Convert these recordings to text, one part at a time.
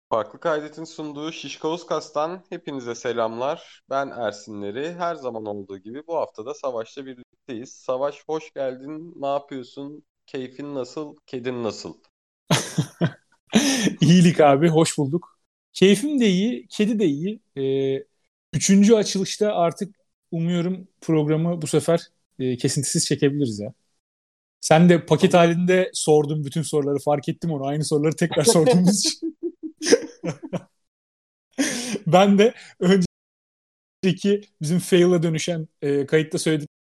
Farklı Kaydet'in sunduğu Şişkoskas'tan hepinize selamlar. Ben Ersinleri. Her zaman olduğu gibi bu hafta da Savaş'la birlikteyiz. Savaş hoş geldin. Ne yapıyorsun? Keyfin nasıl? Kedin nasıl? İyilik abi, hoş bulduk. Keyfim de iyi, kedi de iyi. Üçüncü açılışta artık umuyorum programı bu sefer kesintisiz çekebiliriz ya. Sen de paket Ama halinde sordun bütün soruları, fark ettim onu. Aynı soruları tekrar sorduğumuz için. Ben de önceki bizim fail'a dönüşen kayıtta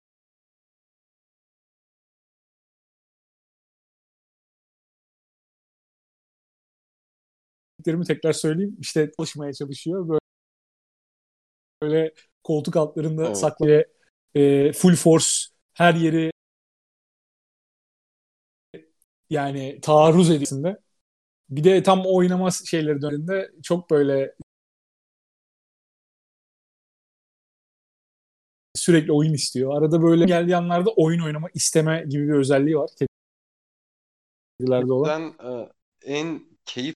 söylediklerimi tekrar söyleyeyim. İşte çalışmaya çalışıyor. Böyle koltuk altlarında evet. saklı full force her yeri yani taarruz ediyorsun. Bir de tam oynama şeyleri döneminde çok böyle sürekli oyun istiyor. Arada böyle geldiği anlarda oyun oynama isteme gibi bir özelliği var kedilerde olan. Sen en keyif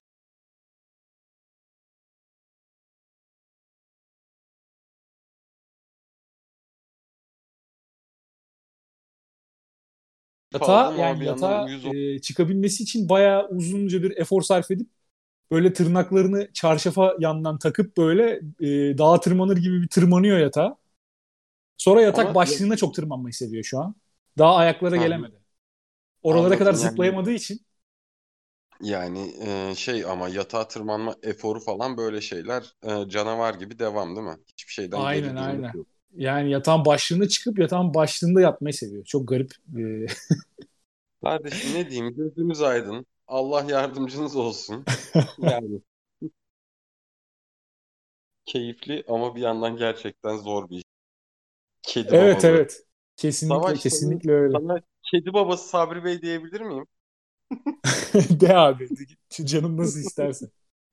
Yatağa aldım ama yani bir yandan yatağa uyuz çıkabilmesi için bayağı uzunca bir efor sarf edip böyle tırnaklarını çarşafa yandan takıp böyle dağa tırmanır gibi bir tırmanıyor yatağa. Sonra yatak ama başlığına çok tırmanmayı seviyor şu an. Daha ayaklara Hı hı, gelemedi. Oralara kadar anladım yani. zıplayamadığı için. Yani ama yatağa tırmanma eforu falan böyle şeyler canavar gibi devam değil mi? Hiçbir şeyden Aynen geri durmak aynen. yok. Yani yatağın başlığına çıkıp yatağın başlığında yatmayı seviyor. Çok garip. Kardeşim ne diyeyim? Gözünüz aydın. Allah yardımcınız olsun. Yani keyifli ama bir yandan gerçekten zor bir iş. Kedi Evet babalığı. evet. Kesinlikle Savaş sana, kesinlikle öyle. sana kedi babası Sabri Bey diyebilir miyim? De abi. Canım nasıl isterse.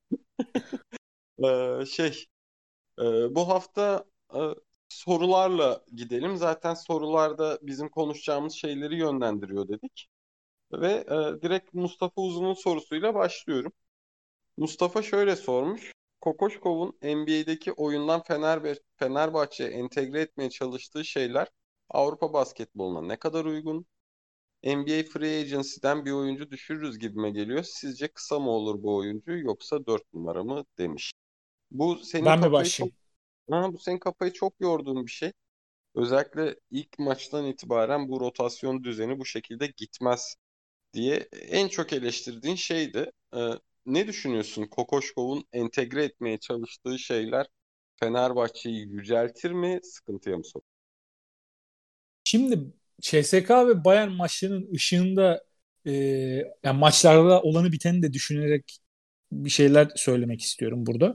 Ee, şey, Bu hafta e, sorularla gidelim. Zaten sorularda bizim konuşacağımız şeyleri yönlendiriyor dedik. Ve direkt Mustafa Uzun'un sorusuyla başlıyorum. Mustafa şöyle sormuş. Kokoşkov'un NBA'deki oyundan Fenerbahçe'ye entegre etmeye çalıştığı şeyler Avrupa basketboluna ne kadar uygun? NBA Free Agency'den bir oyuncu düşürürüz gibime geliyor. Sizce kısa mı olur bu oyuncu yoksa 4 numara mı demiş. Bu senin Ben mi kafayı çok başlayayım? bu senin kafayı çok yorduğun bir şey. Özellikle ilk maçtan itibaren bu rotasyon düzeni bu şekilde gitmez diye en çok eleştirdiğin şeydi. Ne düşünüyorsun? Kokoşkov'un entegre etmeye çalıştığı şeyler Fenerbahçe'yi yüceltir mi, sıkıntıya mı sokar? Şimdi CSK ve Bayern maçlarının ışığında yani maçlarda olanı biteni de düşünerek bir şeyler söylemek istiyorum burada.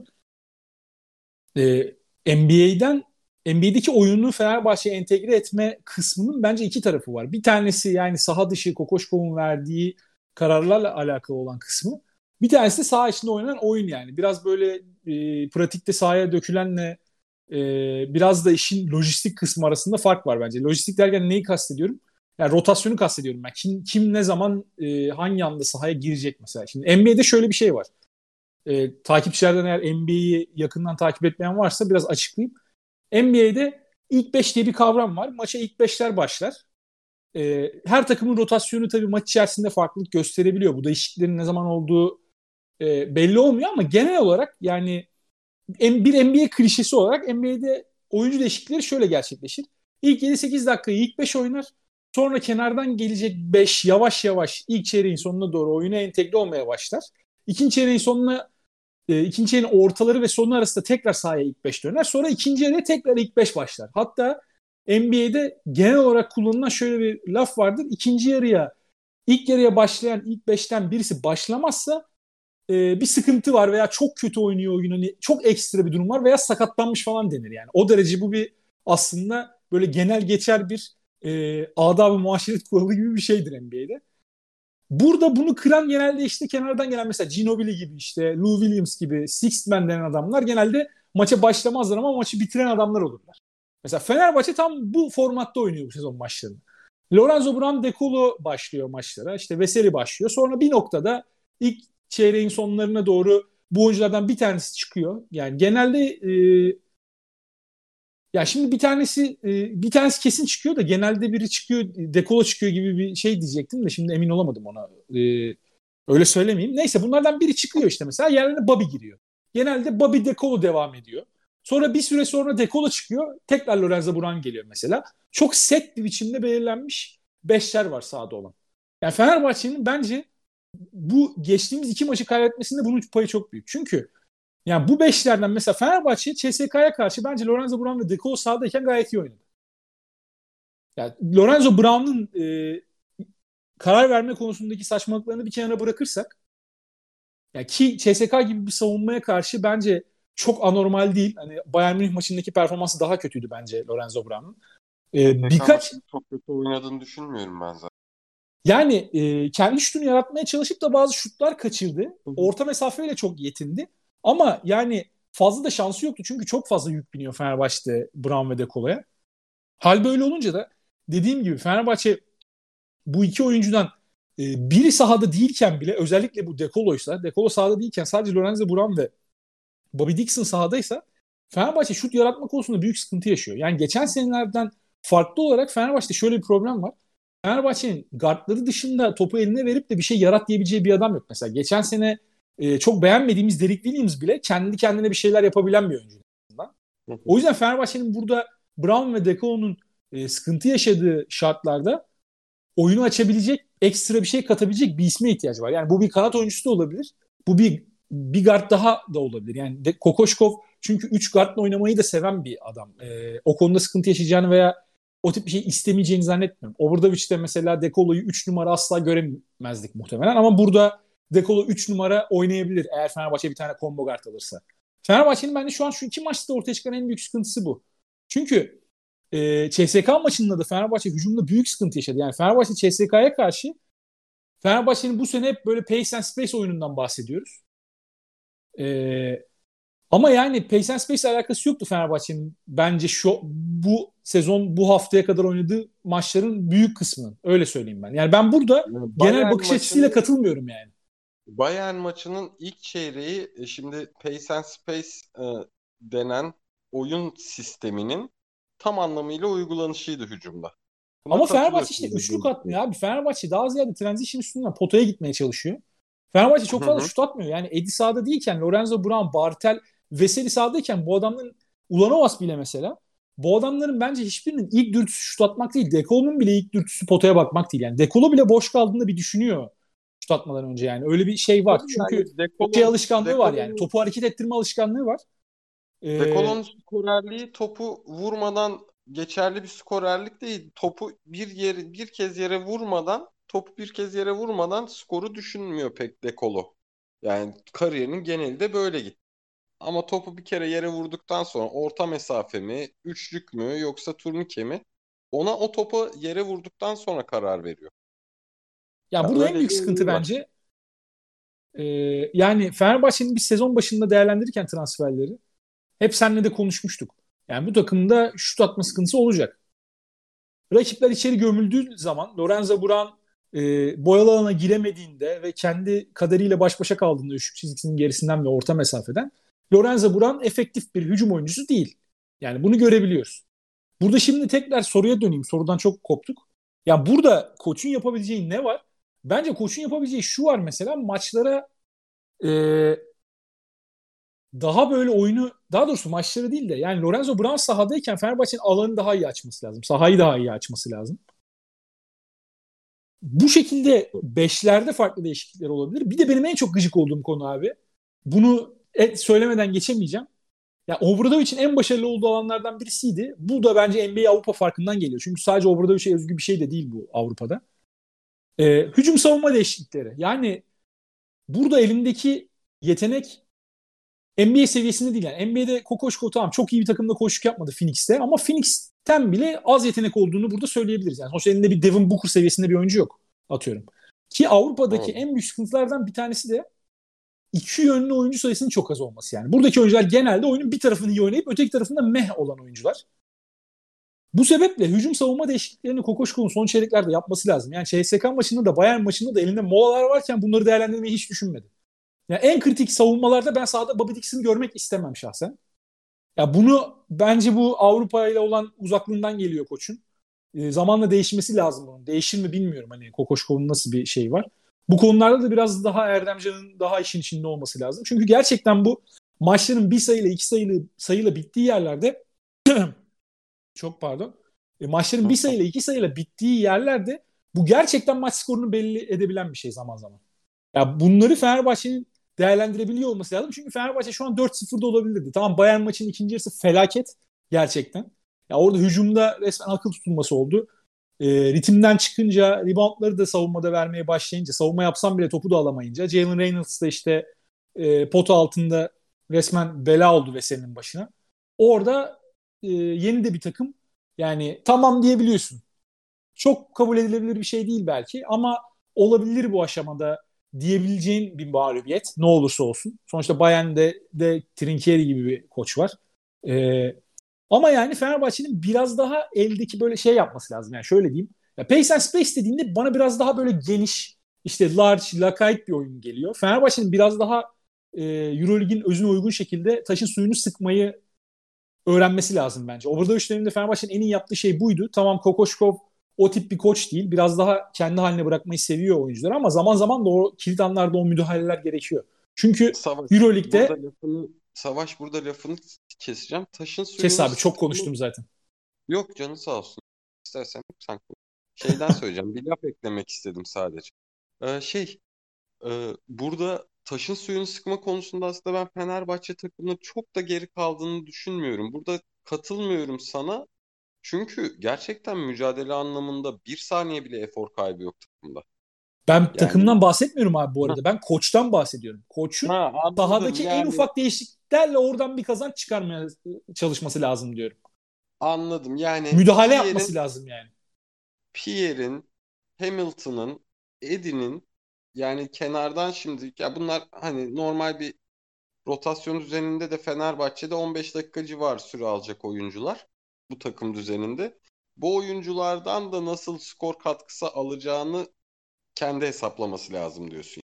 NBA'deki oyunu Fenerbahçe'ye entegre etme kısmının bence iki tarafı var. Bir tanesi yani saha dışı Kokoşkov'un verdiği kararlarla alakalı olan kısmı. Bir tanesi de saha içinde oynanan oyun yani. Biraz böyle pratikte sahaya dökülenle biraz da işin lojistik kısmı arasında fark var bence. Lojistik derken neyi kastediyorum? Yani rotasyonu kastediyorum ben. Kim ne zaman hangi anda sahaya girecek mesela. Şimdi NBA'de şöyle bir şey var. Takipçilerden eğer NBA'yi yakından takip etmeyen varsa biraz açıklayayım. NBA'de ilk 5 diye bir kavram var. Maça ilk beşler başlar. Her takımın rotasyonu tabii maç içerisinde farklılık gösterebiliyor. Bu değişikliklerin ne zaman olduğu belli olmuyor ama genel olarak yani bir NBA klişesi olarak NBA'de oyuncu değişiklikleri şöyle gerçekleşir. İlk 7-8 dakikayı ilk 5 oynar. Sonra kenardan gelecek 5 yavaş yavaş ilk çeyreğin sonuna doğru oyuna entegre olmaya başlar. İkinci çeyreğin sonuna ikinci yarının ortaları ve sonu arasında tekrar sahaya ilk 5 döner. Sonra ikinci yarıya tekrar ilk 5 başlar. Hatta NBA'de genel olarak kullanılan şöyle bir laf vardır. İkinci yarıya ilk yarıya başlayan ilk beşten birisi başlamazsa bir sıkıntı var veya çok kötü oynuyor oyun. Hani çok ekstra bir durum var veya sakatlanmış falan denir yani. O derece bu bir aslında böyle genel geçer bir adab-ı muaşeret kuralı gibi bir şeydir NBA'de. Burada bunu kıran genelde işte kenardan gelen mesela Ginobili gibi işte Lou Williams gibi Sixth Man denen adamlar genelde maça başlamazlar ama maçı bitiren adamlar olurlar. Mesela Fenerbahçe tam bu formatta oynuyor bu sezon maçlarını. Lorenzo Brown De Colo başlıyor maçlara. İşte Veseli başlıyor. Sonra bir noktada ilk çeyreğin sonlarına doğru bu oyunculardan bir tanesi çıkıyor. Yani genelde ya şimdi bir tanesi kesin çıkıyor da genelde biri çıkıyor, Dekolo çıkıyor gibi bir şey diyecektim de şimdi emin olamadım ona. Öyle söylemeyeyim. Neyse bunlardan biri çıkıyor işte mesela yerlerine Bobby giriyor. Genelde Bobby Dekolo devam ediyor. Sonra bir süre sonra Dekolo çıkıyor. Tekrar Lorenzo Brown geliyor mesela. Çok set bir biçimde belirlenmiş beşler var sahada olan. Yani Fenerbahçe'nin bence bu geçtiğimiz 2 maçı kaybetmesinde bunun payı çok büyük. Çünkü yani bu beşlerden mesela Fenerbahçe CSK'ya karşı bence Lorenzo Brown ve De Colo sahadayken gayet iyi oynadı. Yani Lorenzo Brown'un karar verme konusundaki saçmalıklarını bir kenara bırakırsak yani ki CSK gibi bir savunmaya karşı bence çok anormal değil. Hani Bayern Münih maçındaki performansı daha kötüydü bence Lorenzo Brown'un. TK Birkaç maçında çok kötü oynadığını düşünmüyorum ben zaten. yani kendi şutunu yaratmaya çalışıp da bazı şutlar kaçırdı. Hı hı. Orta mesafeyle çok yetindi. Ama yani fazla da şansı yoktu. Çünkü çok fazla yük biniyor Fenerbahçe'de Brown ve De Colo'ya. Hal böyle olunca da dediğim gibi Fenerbahçe bu iki oyuncudan biri sahada değilken bile özellikle bu De Colo'ysa, De Colo sahada değilken sadece Lorenzo Brown ve Bobby Dixon sahadaysa Fenerbahçe şut yaratma konusunda büyük sıkıntı yaşıyor. Yani geçen senelerden farklı olarak Fenerbahçe'de şöyle bir problem var. Fenerbahçe'nin guardları dışında topu eline verip de bir şey yarat diyebileceği bir adam yok. Mesela geçen sene çok beğenmediğimiz Derek Williams bile kendi kendine bir şeyler yapabilen bir oyuncu. Hı hı. O yüzden Fenerbahçe'nin burada Brown ve De Colo'nun sıkıntı yaşadığı şartlarda oyunu açabilecek, ekstra bir şey katabilecek bir isme ihtiyacı var. Yani bu bir kanat oyuncusu da olabilir. Bu bir guard daha da olabilir. Yani Kokoşkov çünkü 3 guardla oynamayı da seven bir adam. O konuda sıkıntı yaşayacağını veya o tip bir şey istemeyeceğini zannetmiyorum. Obradovic'te mesela Dekolo'yu 3 numara asla göremezdik muhtemelen ama burada Dekolo 3 numara oynayabilir eğer Fenerbahçe bir tane combo guard alırsa. Fenerbahçe'nin bence şu an şu 2 maçta ortaya çıkan en büyük sıkıntısı bu. Çünkü CSK maçında da Fenerbahçe hücumda büyük sıkıntı yaşadı. Yani Fenerbahçe CSK'ya karşı Fenerbahçe'nin bu sene hep böyle pace and space oyunundan bahsediyoruz. Ama yani pace and space ile alakası yoktu Fenerbahçe'nin bence bu sezon bu haftaya kadar oynadığı maçların büyük kısmının. Öyle söyleyeyim ben. Yani ben burada Yani genel bakış açısıyla katılmıyorum yani. Bayern maçının ilk çeyreği şimdi Pace and Space denen oyun sisteminin tam anlamıyla uygulanışıydı hücumda. Buna Ama Fenerbahçe işte katılıyorsunuz üçlük dediğim gibi. atmıyor abi. Fenerbahçe daha ziyade transition üstünden potaya gitmeye çalışıyor. Fenerbahçe çok Hı fazla hı. şut atmıyor. Yani Edi sahada değilken, Lorenzo Brown, Bartel, Veseli sahadayken bu adamların Ulanovas bile mesela bu adamların bence hiçbirinin ilk dürtüsü şut atmak değil. Dekolo'nun bile ilk dürtüsü potaya bakmak değil. Yani Dekolo bile boş kaldığında bir düşünüyor şut atmadan önce yani. Öyle bir şey var. Tabii Çünkü yani şey alışkanlığı var yani. Dekolo'nun Topu hareket ettirme alışkanlığı var. Ee, Dekolo'nun skorerliği topu vurmadan geçerli bir skorerlik değil. Topu bir kez yere vurmadan skoru düşünmüyor pek Dekolo. Yani kariyerinin genelinde böyle gitti. Ama topu bir kere yere vurduktan sonra orta mesafe mi, üçlük mü yoksa turnike mi? Ona o topu yere vurduktan sonra karar veriyor. ya Ya burada en öyle büyük bir sıkıntı olayı var. bence yani Fenerbahçe'nin bir sezon başında değerlendirirken transferleri hep seninle de konuşmuştuk. Yani bu takımda şut atma sıkıntısı olacak. Rakipler içeri gömüldüğü zaman Lorenzo Brown boyalı alana giremediğinde ve kendi kaderiyle baş başa kaldığında üçlük çizgisinin gerisinden ve orta mesafeden Lorenzo Brown efektif bir hücum oyuncusu değil. Yani bunu görebiliyoruz. Burada şimdi tekrar soruya döneyim. Sorudan çok koptuk. Ya burada koçun yapabileceği ne var? Bence koçun yapabileceği şu var mesela maçlara e, daha böyle oyunu daha doğrusu maçları değil de yani Lorenzo Brown sahadayken Fenerbahçe'nin alanı daha iyi açması lazım. Sahayı daha iyi açması lazım. Bu şekilde beşlerde farklı değişiklikler olabilir. Bir de benim en çok gıcık olduğum konu abi. Bunu söylemeden geçemeyeceğim. Ya Obradovic'in en başarılı olduğu alanlardan birisiydi. Bu da bence NBA Avrupa farkından geliyor. Çünkü sadece Obradovic'e özgü bir şey de değil bu Avrupa'da. Hücum savunma değişiklikleri. Yani burada elindeki yetenek NBA seviyesinde değil yani. NBA'de Kokoşko tamam çok iyi bir takımda koşuk yapmadı Phoenix'te ama Phoenix'ten bile az yetenek olduğunu burada söyleyebiliriz. Yani sonuçta elinde bir Devin Booker seviyesinde bir oyuncu yok atıyorum. Ki Avrupa'daki Hı. en büyük sıkıntılardan bir tanesi de iki yönlü oyuncu sayısının çok az olması yani. Buradaki oyuncular genelde oyunun bir tarafını iyi oynayıp öteki tarafında meh olan oyuncular. Bu sebeple hücum savunma değişikliklerini Kokoşko'nun son çeyreklerde yapması lazım. Yani CSK maçında da Bayern maçında da elinde molalar varken bunları değerlendirmeyi hiç düşünmedi. Yani en kritik savunmalarda ben sahada Bobby Dixon'ı görmek istemem şahsen. Ya bunu bence bu Avrupa ile olan uzaklığından geliyor koçun. Zamanla değişmesi lazım bunun. Değişir mi bilmiyorum. Hani Kokoşkov'un nasıl bir şey var. Bu konularda da biraz daha Erdemcan'ın daha işin içinde olması lazım. Çünkü gerçekten bu maçların bir sayıyla iki sayıyla bittiği yerlerde çok pardon. Maçların bir sayıyla iki sayıyla bittiği yerlerde bu gerçekten maç skorunu belli edebilen bir şey zaman zaman. Ya bunları Fenerbahçe'nin değerlendirebiliyor olması lazım. Çünkü Fenerbahçe şu an 4-0'da olabilirdi. Tamam, Bayern maçının ikinci yarısı felaket gerçekten. Ya orada hücumda resmen akıl tutulması oldu. Ritimden çıkınca, reboundları da savunmada vermeye başlayınca, savunma yapsam bile topu da alamayınca, Jalen Reynolds da işte pota altında resmen bela oldu Veseli'nin başına. Orada yeni de bir takım, yani tamam diyebiliyorsun. Çok kabul edilebilir bir şey değil belki ama olabilir bu aşamada diyebileceğin bir mağlubiyet ne olursa olsun. Sonuçta Bayern'de Trinkieri gibi bir koç var. Ama yani Fenerbahçe'nin biraz daha eldeki böyle şey yapması lazım. Yani şöyle diyeyim. Ya Pace and Space dediğinde bana biraz daha böyle geniş, işte large, lakayt bir oyun geliyor. Fenerbahçe'nin biraz daha Euroleague'in özüne uygun şekilde taşın suyunu sıkmayı öğrenmesi lazım bence. Obradoviç döneminde Fenerbahçe'nin en iyi yaptığı şey buydu. Tamam, Kokoşkov o tip bir koç değil. Biraz daha kendi haline bırakmayı seviyor oyuncular ama zaman zaman da o kilit anlarda o müdahaleler gerekiyor. Çünkü Savaş Euroleague'de Savaş burada lafını keseceğim. Taşın kes suyunu abi, çok sıkma. konuştum zaten. Yok, canı sağ olsun. İstersen sen konuş. Şeyden söyleyeceğim. Bir laf eklemek istedim sadece. Ee, şey burada taşın suyunu sıkma konusunda aslında ben Fenerbahçe takımının çok da geri kaldığını düşünmüyorum. Burada katılmıyorum sana. Çünkü gerçekten mücadele anlamında bir saniye bile efor kaybı yok takımda. Ben Yani takımdan bahsetmiyorum abi bu arada. Ben koçtan bahsediyorum. Koçun anladım sahadaki en yani, ufak değişikliklerle oradan bir kazanç çıkarmaya çalışması lazım diyorum. anladım. Yani Müdahale yapması lazım yani. Pierre'in, Hamilton'ın, Eddie'nin, yani kenardan şimdi ya bunlar hani normal bir rotasyon düzeninde de Fenerbahçe'de 15 dakika civarı süre alacak oyuncular bu takım düzeninde. Bu oyunculardan da nasıl skor katkısı alacağını kendi hesaplaması lazım diyorsun.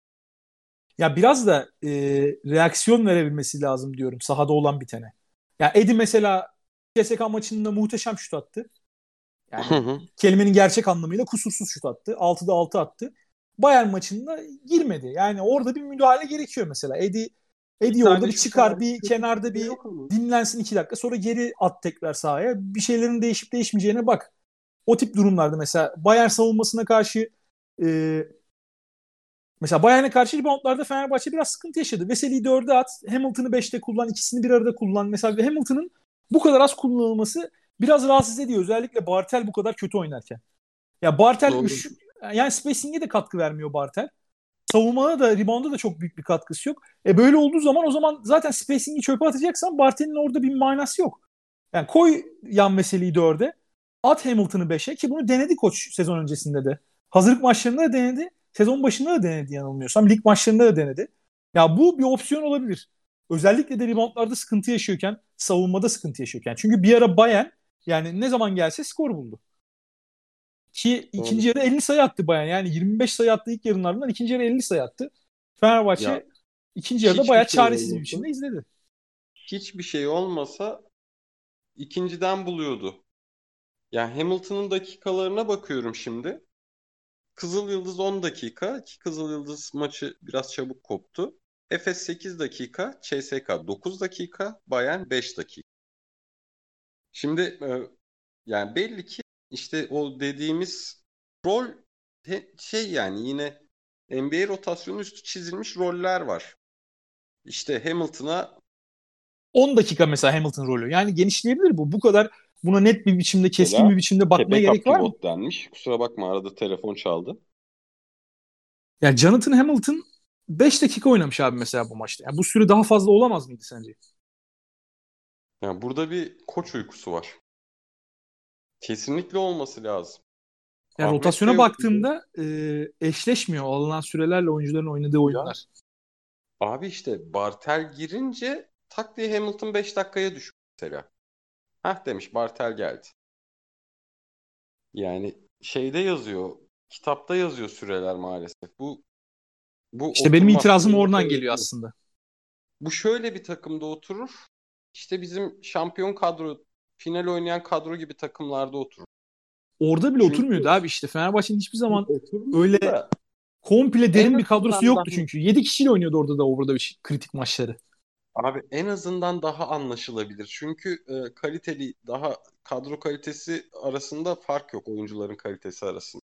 Ya biraz da reaksiyon verebilmesi lazım diyorum sahada olan bitene. Ya Edi mesela CSKA maçında muhteşem şut attı. Hı Yani hı. kelimenin gerçek anlamıyla kusursuz şut attı. 6'da 6 attı. Bayern maçında girmedi. Yani orada bir müdahale gerekiyor mesela. Bir Eddie orada tane bir şut çıkar, hariç bir kötü kenarda bir de bir yok ama. dinlensin 2 dakika. Sonra geri at tekrar sahaya. Bir şeylerin değişip değişmeyeceğine bak. O tip durumlarda mesela Bayern savunmasına karşı e, mesela Bayern'e karşı reboundlarda Fenerbahçe biraz sıkıntı yaşadı. Veseli'yi 4'e at, Hamilton'ı 5'te kullan, ikisini bir arada kullan. Mesela Hamilton'ın bu kadar az kullanılması biraz rahatsız ediyor. Özellikle Bartel bu kadar kötü oynarken. Ya Bartel Doğru. yani spacing'e de katkı vermiyor Bartel. Savunmada da rebound'a da çok büyük bir katkısı yok. Böyle olduğu zaman o zaman zaten spacing'i çöpe atacaksan Bartel'in orada bir manası yok. Yani koy yan Veseli'yi 4'e. At Hamilton'ı 5'e ki bunu denedi koç sezon öncesinde de. Hazırlık maçlarında da denedi. Sezon başında da denedi yanılmıyorsam. Lig maçlarında da denedi. Ya bu bir opsiyon olabilir. Özellikle de reboundlarda sıkıntı yaşıyorken, savunmada sıkıntı yaşıyorken. Çünkü bir ara Bayern yani ne zaman gelse skor buldu. Ki Doğru. ikinci yarı 50 sayı attı Bayern. Yani 25 sayı attı ilk yarının ardından ikinci yarı 50 sayı attı. Ya Fenerbahçe ikinci yarıda hiçbir bayağı şey çaresiz bir olmasa, biçimde izledi. hiçbir şey olmasa ikinciden buluyordu. Yani Hamilton'ın dakikalarına bakıyorum şimdi. Kızıl Yıldız 10 dakika ki Kızıl Yıldız maçı biraz çabuk koptu. Efes 8 dakika, CSKA 9 dakika, Bayern 5 dakika. Şimdi yani belli ki işte o dediğimiz rol şey, yani yine NBA rotasyonu üstü çizilmiş roller var. İşte Hamilton'a 10 dakika mesela Hamilton rolü. Yani genişleyebilir bu. Bu kadar buna net bir biçimde, keskin mesela bir biçimde bakmaya backup gerek var mı? pivot denmiş. Kusura bakma, arada telefon çaldı. Yani Jonathan Hamilton 5 dakika oynamış abi mesela bu maçta. Yani bu süre daha fazla olamaz mıydı sence? Yani burada bir koç uykusu var. Kesinlikle olması lazım. Yani Ahmet rotasyona Bey oynuyor. baktığımda eşleşmiyor alınan sürelerle oyuncuların oynadığı Ya oyunlar. abi, işte Bartel girince tak diye Hamilton 5 dakikaya düşüyor mesela. Hah demiş, Bartel geldi. Yani şeyde yazıyor, kitapta yazıyor süreler maalesef. Bu Bu İşte benim oturmaz. itirazım Öyle oradan şey geliyor yapılmaz. aslında. Bu şöyle bir takımda oturur. İşte bizim şampiyon kadro, final oynayan kadro gibi takımlarda oturur. Orada bile oturmuyordu Çünkü abi işte. Fenerbahçe'nin hiçbir zaman öyle oturmuyor da komple en derin bir kadrosu azından yoktu daha, çünkü. 7 kişiyle oynuyordu orada da orada bir kritik maçları. abi en azından daha anlaşılabilir. Çünkü kaliteli, daha kadro kalitesi arasında fark yok, oyuncuların kalitesi arasında.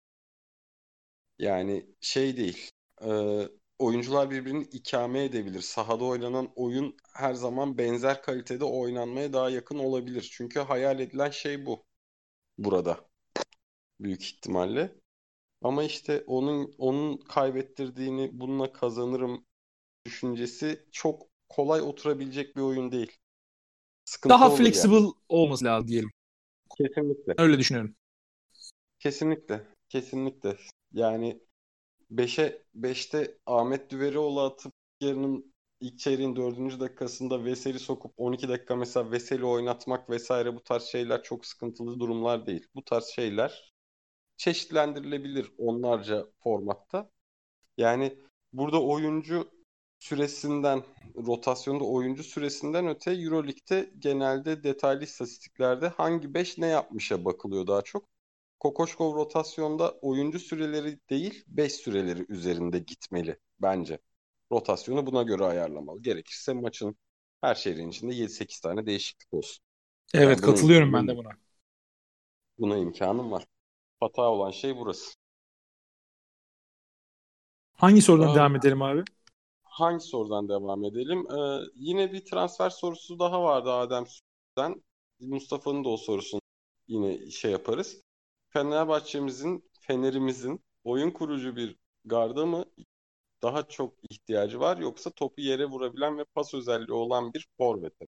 Yani şey değil. Oyuncular birbirini ikame edebilir. Sahada oynanan oyun her zaman benzer kalitede oynanmaya daha yakın olabilir. Çünkü hayal edilen şey bu burada, büyük ihtimalle. Ama işte onun kaybettirdiğini bununla kazanırım düşüncesi çok kolay oturabilecek bir oyun değil. Sıkıntı Daha olur yani. flexible olması lazım diyelim. Kesinlikle. Öyle düşünüyorum. Kesinlikle. Kesinlikle. Yani beşte Ahmet Düverioğlu atıp yarının ilk çeyreğin 4. dakikasında Veseli sokup 12 dakika mesela Veseli oynatmak vesaire, bu tarz şeyler çok sıkıntılı durumlar değil. Bu tarz şeyler çeşitlendirilebilir onlarca formatta. Yani burada oyuncu süresinden, rotasyonda oyuncu süresinden öte EuroLeague'de genelde detaylı istatistiklerde hangi 5 ne yapmışa bakılıyor daha çok. Kokoşkov rotasyonda oyuncu süreleri değil 5 süreleri üzerinde gitmeli bence. Rotasyonu buna göre ayarlamalı. Gerekirse maçın her şeyin içinde 7-8 tane değişiklik olsun. Evet, Yani katılıyorum ben de buna. buna imkanım var. Hata olan şey burası. Hangi sorudan Aa, devam edelim abi? hangi sorudan devam edelim? Yine bir transfer sorusu daha vardı Adem'den. Mustafa'nın da o sorusunu yine şey yaparız. Fenerimizin oyun kurucu bir garda mı daha çok ihtiyacı var, yoksa topu yere vurabilen ve pas özelliği olan bir forvete?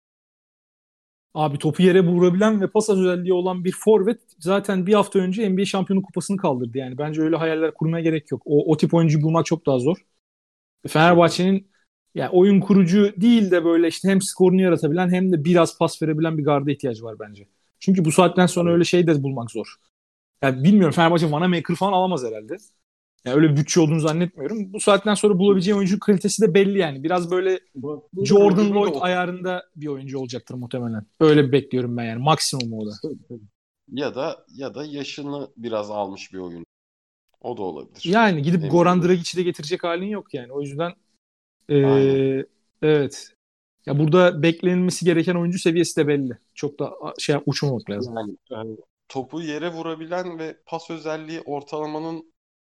Abi topu yere vurabilen ve pas özelliği olan bir forvet zaten bir hafta önce NBA Şampiyonu Kupası'nı kaldırdı yani. Bence öyle hayaller kurmaya gerek yok. O tip oyuncuyu bulmak çok daha zor. Hı hı. Fenerbahçe'nin yani oyun kurucu değil de böyle işte hem skorunu yaratabilen hem de biraz pas verebilen bir garda ihtiyacı var bence. Çünkü bu saatten sonra Evet. öyle şey de bulmak zor. Yani bilmiyorum, Fenerbahçe Vanamaker falan alamaz herhalde. Yani öyle bir bütçe olduğunu zannetmiyorum. Bu saatten sonra bulabileceği oyuncu kalitesi de belli yani. Biraz böyle Burada Jordan rolünü de Lloyd ayarında bir oyuncu olacaktır muhtemelen. Öyle bir bekliyorum ben yani. Maksimum o da. ya da yaşını biraz almış bir oyun. O da olabilir. Yani gidip Emin Goran değilim. Dragic'i de getirecek halin yok yani. O yüzden Aynen. evet. Ya burada beklenilmesi gereken oyuncu seviyesi de belli. Çok da şey uçmamak lazım. Yani topu yere vurabilen ve pas özelliği ortalamanın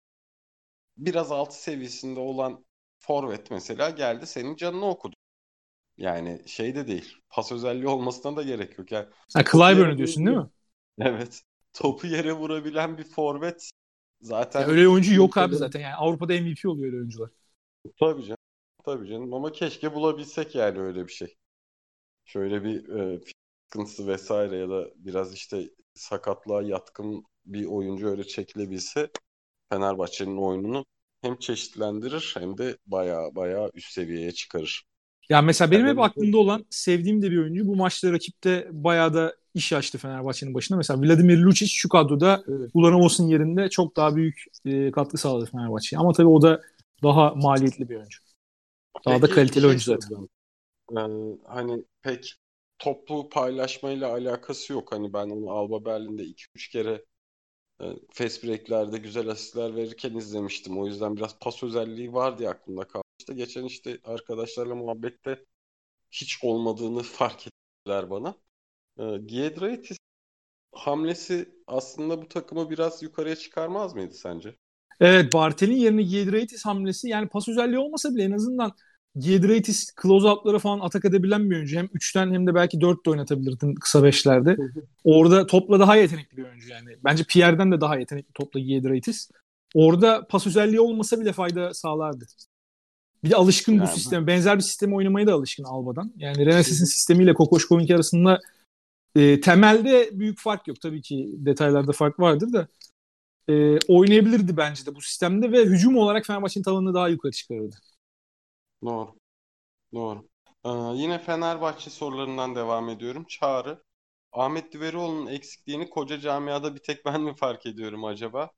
biraz altı seviyesinde olan forvet mesela geldi, senin canını okudu. Yani şey de değil. Pas özelliği olmasına da gerek yok. Yani Ha, topu Clyburn'u yere diyorsun değil vurabilen, mi? evet. Topu yere vurabilen bir forvet Ya zaten öyle oyuncu iki yok abi ülkede, zaten. Yani Avrupa'da MVP oluyor öyle oyuncular. tabii canım. Tabii canım, ama keşke bulabilsek yani öyle bir şey. Şöyle bir sıkıntısı vesaire ya da biraz işte sakatlığa yatkın bir oyuncu öyle çekilebilse Fenerbahçe'nin oyununu hem çeşitlendirir hem de baya baya üst seviyeye çıkarır. Ya mesela benim Yani hep benim aklımda olan sevdiğim de bir oyuncu. Bu maçta rakipte bayağı da iş açtı Fenerbahçe'nin başına. Mesela Vladimir Lucic şu kadroda evet, Ulanovos'un yerinde çok daha büyük katkı sağladı Fenerbahçe'ye. Ama tabii o da daha maliyetli bir oyuncu. Daha da peki bir kaliteli şey oyuncu zaten. soracağım. Hani pek toplu paylaşmayla alakası yok. Hani ben onu Alba Berlin'de 2-3 kere fast break'lerde güzel asistler verirken izlemiştim. O yüzden biraz pas özelliği var diye aklımda kalmıştı. Geçen işte arkadaşlarla muhabbette hiç olmadığını fark ettiler bana. Giedraitis hamlesi aslında bu takımı biraz yukarıya çıkarmaz mıydı sence? Evet, Bartel'in yerine Giedraitis hamlesi yani pas özelliği olmasa bile en azından Giedraitis close-out'lara falan atak edebilen bir oyuncu. Hem 3'ten hem de belki 4 de oynatabilirdin kısa beşlerde. Hı hı. Orada topla daha yetenekli bir oyuncu yani. Bence Pierre'den de daha yetenekli topla Giedraitis. Orada pas özelliği olmasa bile fayda sağlardı. Bir de alışkın bu Yani sisteme. Benzer bir sisteme oynamaya da alışkın Alba'dan. Yani hı Renes'in hı. sistemiyle Kokoşkov'un arasında temelde büyük fark yok. Tabii ki detaylarda fark vardır da oynayabilirdi bence de bu sistemde ve hücum olarak Fenerbahçe'nin tavanını daha yukarı çıkarırdı. Doğru, doğru. Yine Fenerbahçe sorularından devam ediyorum. Çağrı. Ahmet Düverioğlu'nun eksikliğini koca camiada bir tek ben mi fark ediyorum acaba?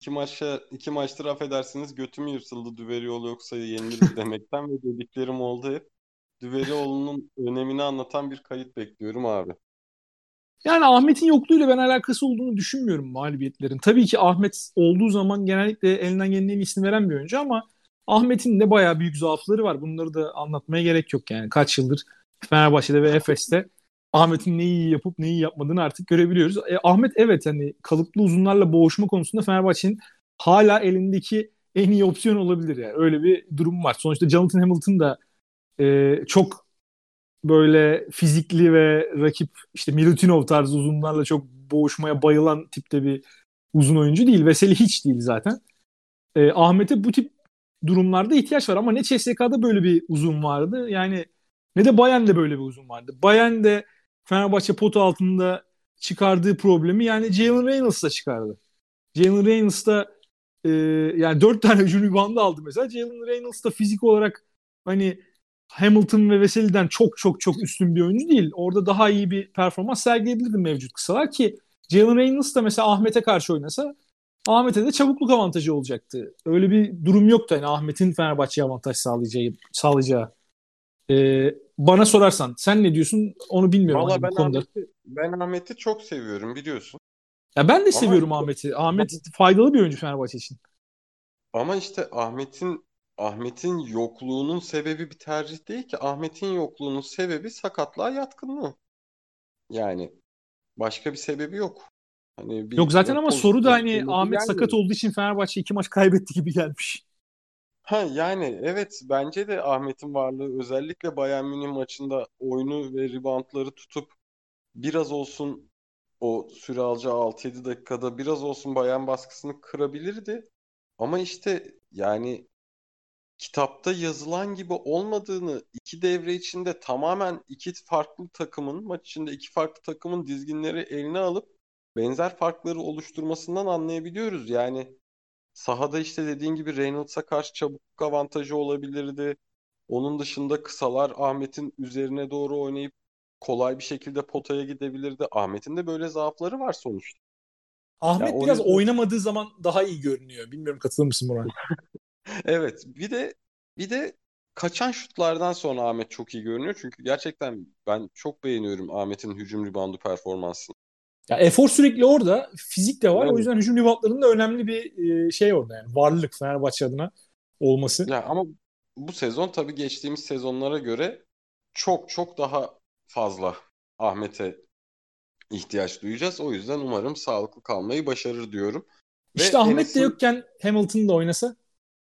iki maçtır affedersiniz götüm yırtıldı Düverioğlu yoksa yeniliriz demekten ve dediklerim oldu hep. Düverioğlu'nun önemini anlatan bir kayıt bekliyorum abi. Yani Ahmet'in yokluğuyla ben alakası olduğunu düşünmüyorum mağlubiyetlerin. Tabii ki Ahmet olduğu zaman genellikle elinden gelen en iyisini veren bir oyuncu ama Ahmet'in de bayağı büyük zaafları var. Bunları da anlatmaya gerek yok yani. Kaç yıldır Fenerbahçe'de ve Efes'te Ahmet'in neyi iyi yapıp neyi yapmadığını artık görebiliyoruz. Ahmet evet hani kalıplı uzunlarla boğuşma konusunda Fenerbahçe'nin hala elindeki en iyi opsiyon olabilir yani. Öyle bir durum var. Sonuçta Jonathan Hamilton da çok böyle fizikli ve rakip işte Milutinov tarzı uzunlarla çok boğuşmaya bayılan tipte bir uzun oyuncu değil. Veseli hiç değil zaten. Ahmet'e bu tip durumlarda ihtiyaç var ama ne CSK'da böyle bir uzun vardı yani ne de Bayern'de böyle bir uzun vardı. Bayern de Fenerbahçe potu altında çıkardığı problemi yani Jalen Reynolds'la çıkardı. Jalen Reynolds da yani 4 tane hücum ribandı aldı mesela. Jalen Reynolds da fizik olarak hani Hamilton ve Veseli'den çok çok çok üstün bir oyuncu değil. Orada daha iyi bir performans sergileyebilirdi mevcut kısalar ki Jalen Reynolds da mesela Ahmet'e karşı oynasa Ahmet'e de çabukluk avantajı olacaktı. Öyle bir durum yoktu yani Ahmet'in Fenerbahçe'ye avantaj sağlayacağı. Bana sorarsan sen ne diyorsun onu bilmiyorum Valla hani bu konuda. Ben Ahmet'i çok seviyorum biliyorsun. Ya ben de Ama seviyorum işte, Ahmet'i. Ahmet faydalı bir oyuncu Fenerbahçe için. ama işte Ahmet'in yokluğunun sebebi bir tercih değil ki. Ahmet'in yokluğunun sebebi sakatlığa yatkınlığı. Yani başka bir sebebi yok. Hani Yok bir zaten ama soru da pozisyon hani konusu Ahmet sakat gelmedi. olduğu için Fenerbahçe 2 maç kaybetti gibi gelmiş. Ha yani evet bence de Ahmet'in varlığı özellikle Bayern Münih maçında oyunu ve reboundları tutup biraz olsun o süre alacağı 6-7 dakikada biraz olsun Bayern baskısını kırabilirdi. Ama işte yani kitapta yazılan gibi olmadığını iki devre içinde tamamen iki farklı takımın maç içinde iki farklı takımın dizginleri eline alıp benzer farkları oluşturmasından anlayabiliyoruz. Yani sahada işte dediğin gibi Reynolds'a karşı çabuk avantajı olabilirdi. Onun dışında kısalar Ahmet'in üzerine doğru oynayıp kolay bir şekilde potaya gidebilirdi. Ahmet'in de böyle zaafları var sonuçta. Ya Ahmet o biraz yüzden oynamadığı zaman daha iyi görünüyor. Bilmiyorum katılır mısın buna? evet bir de kaçan şutlardan sonra Ahmet çok iyi görünüyor. Çünkü gerçekten ben çok beğeniyorum Ahmet'in hücum ribandı performansını. Ya efor sürekli orada. Fizik de var. O Evet. yüzden hücum reboundlarında önemli bir şey orada yani. Varlık Fenerbahçe adına olması. Ya ama bu sezon tabii geçtiğimiz sezonlara göre çok çok daha fazla Ahmet'e ihtiyaç duyacağız. O yüzden umarım sağlıklı kalmayı başarır diyorum. Ve İşte Ahmet de Enes'in yokken Hamilton da oynasa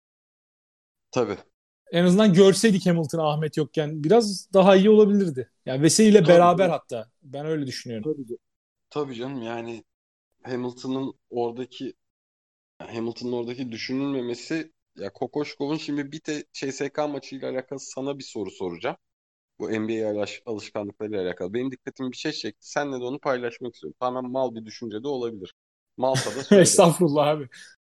tabii en azından görseydik Hamilton'ı Ahmet yokken biraz daha iyi olabilirdi. Yani Veseli ile tabii beraber canım. hatta. Ben öyle düşünüyorum. Tabii, tabii canım yani Hamilton'ın oradaki Hamilton'ın oradaki düşünülmemesi ya Kokoşkov'un şimdi bir de CSK maçıyla alakalı sana bir soru soracağım. Bu NBA alışkanlıklarıyla alakalı. Benim dikkatimi bir şey çekti. Seninle de onu paylaşmak istiyorum. Tamamen mal bir düşünce de olabilir. Malsa da söyle. Estağfurullah abi.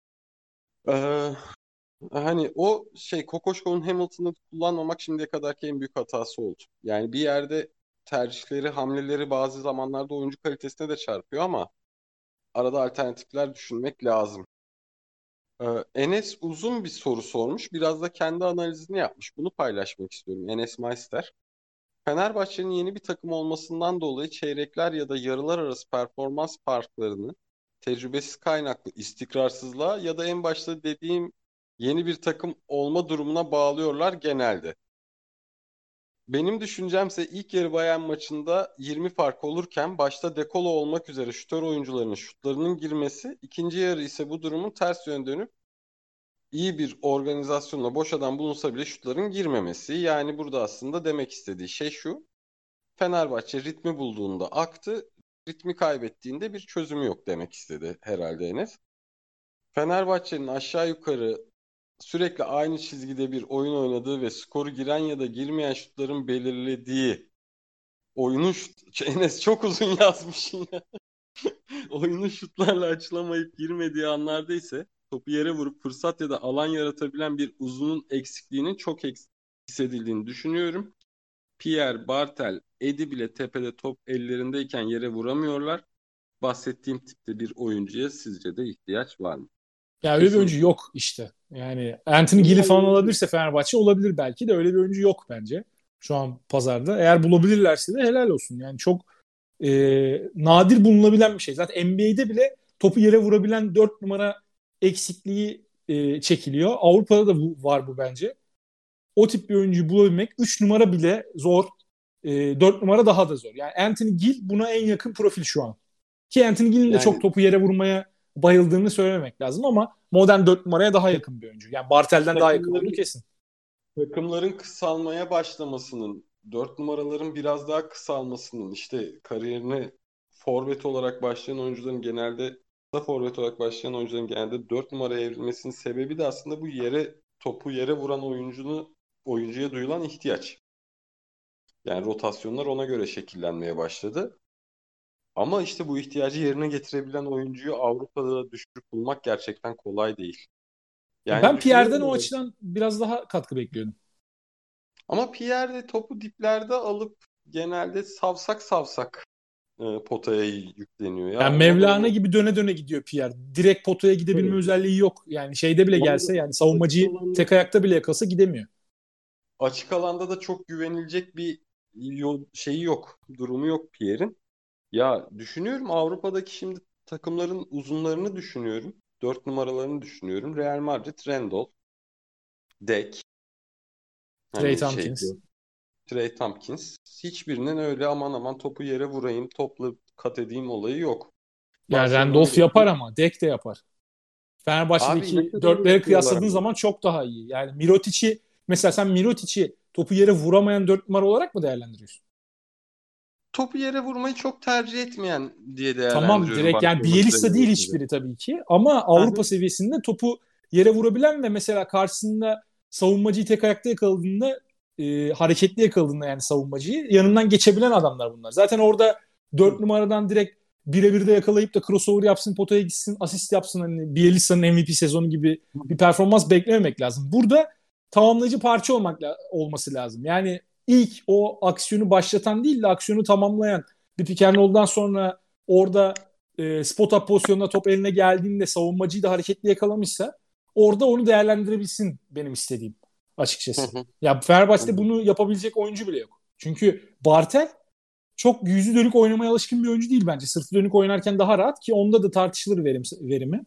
Ee, hani o şey Kokoşkov'un Hamilton'ı kullanmamak şimdiye kadarki en büyük hatası oldu. Yani bir yerde tercihleri, hamleleri bazı zamanlarda oyuncu kalitesine de çarpıyor ama arada alternatifler düşünmek lazım. Enes uzun bir soru sormuş. Biraz da kendi analizini yapmış. Bunu paylaşmak istiyorum. Enes Meister. Fenerbahçe'nin yeni bir takım olmasından dolayı çeyrekler ya da yarılar arası performans farklarını tecrübesiz kaynaklı istikrarsızlığa ya da en başta dediğim yeni bir takım olma durumuna bağlıyorlar genelde. Benim düşüncemse ilk yarı Bayern maçında 20 fark olurken başta Dekolo olmak üzere şutör oyuncularının şutlarının girmesi, ikinci yarı ise bu durumun ters yön dönüp iyi bir organizasyonla boş adam bulunsa bile şutların girmemesi. Yani burada aslında demek istediği şey şu. Fenerbahçe ritmi bulduğunda aktı, ritmi kaybettiğinde bir çözümü yok demek istedi herhalde Enes. Fenerbahçe'nin aşağı yukarı sürekli aynı çizgide bir oyun oynadığı ve skoru giren ya da girmeyen şutların belirlediği oyunun Enes çok uzun yazmışsın ya. Oyunun şutlarla açılamayıp girmediği anlarda ise topu yere vurup fırsat ya da alan yaratabilen bir uzunun eksikliğinin çok hissedildiğini düşünüyorum. Pierre, Bartel, Edi bile tepede top ellerindeyken yere vuramıyorlar. Bahsettiğim tipte bir oyuncuya sizce de ihtiyaç var mı? Ya öyle bir oyuncu Kesinlikle. yok işte. Yani Anthony Gill'i Ama falan oyuncu. alabilirse Fenerbahçe olabilir belki de öyle bir oyuncu yok bence. Şu an pazarda. Eğer bulabilirlerse de helal olsun. Yani çok nadir bulunabilen bir şey. Zaten NBA'de bile topu yere vurabilen 4 numara eksikliği çekiliyor. Avrupa'da da var bu bence. O tip bir oyuncuyu bulabilmek 3 numara bile zor. 4 numara daha da zor. Yani Anthony Gill buna en yakın profil şu an. Ki Anthony Gill'in de çok Yani topu yere vurmaya bayıldığını söylemek lazım ama modern 4 numaraya daha yakın bir oyuncu. Yani Bartel'den daha yakın olduğu takımların kesin. takımların kısalmaya başlamasının, 4 numaraların biraz daha kısalmasının, işte kariyerine forvet olarak başlayan oyuncuların genelde forvet olarak başlayan oyuncuların genelde 4 numaraya evrilmesinin sebebi de aslında bu topu yere vuran oyuncuya duyulan ihtiyaç. Yani rotasyonlar ona göre şekillenmeye başladı. Ama işte bu ihtiyacı yerine getirebilen oyuncuyu Avrupa'da düşürüp bulmak gerçekten kolay değil. Yani Ben Pierre'den düşünüyorum o öyle. açıdan biraz daha katkı bekliyordum. Ama Pierre de topu diplerde alıp genelde savsak savsak potaya yükleniyor ya. Yani Ona da Mevlana onu gibi döne döne gidiyor Pierre. Direkt potaya gidebilme evet. özelliği yok. Yani şeyde bile Ona da gelse yani açık savunmacıyı alanda tek ayakta bile yakalasa gidemiyor. açık alanda da çok güvenilecek bir şeyi yok. Durumu yok Pierre'in. Ya düşünüyorum Avrupa'daki şimdi takımların uzunlarını düşünüyorum. 4 numaralarını düşünüyorum. Real Madrid, Randolph, Dek, Trey hani şey Tompkins. Trey Tompkins. Hiçbirinin öyle aman aman topu yere vurayım, topla kat edeyim olayı yok. Yani Randolph Barcelona'daki yapar ama Dek de yapar. abi ne Fenerbahçe'deki kadar dörtleri yapıyorlar kıyasladığın ama. zaman çok daha iyi. Yani Mirotic'i mesela sen Mirotic'i topu yere vuramayan 4 numara olarak mı değerlendiriyorsun? Topu yere vurmayı çok tercih etmeyen diye Tamam değerlendiriyorum direkt yani Barcelona'nın Bielitsa değil üzerinde. hiçbiri tabii ki ama Avrupa seviyesinde topu yere vurabilen ve mesela karşısında savunmacıyı tek ayakta yakaladığında hareketli yakaladığında yani savunmacıyı yanından geçebilen adamlar bunlar. Zaten orada 4 numaradan direkt birebir de yakalayıp da crossover yapsın, potaya gitsin, asist yapsın. Hani Bielitsa'nın MVP sezonu gibi bir performans beklememek lazım. Burada tamamlayıcı parça olması lazım. Yani ilk o aksiyonu başlatan değil de aksiyonu tamamlayan bir pick and roll'dan sonra orada spot up pozisyonunda top eline geldiğinde savunmacıyı da hareketli yakalamışsa orada onu değerlendirebilsin benim istediğim açıkçası. Ya Fenerbahçe'de bunu yapabilecek oyuncu bile yok. Çünkü Bartel çok yüzü dönük oynamaya alışkın bir oyuncu değil bence. Sırtı dönük oynarken daha rahat ki onda da tartışılır verimi.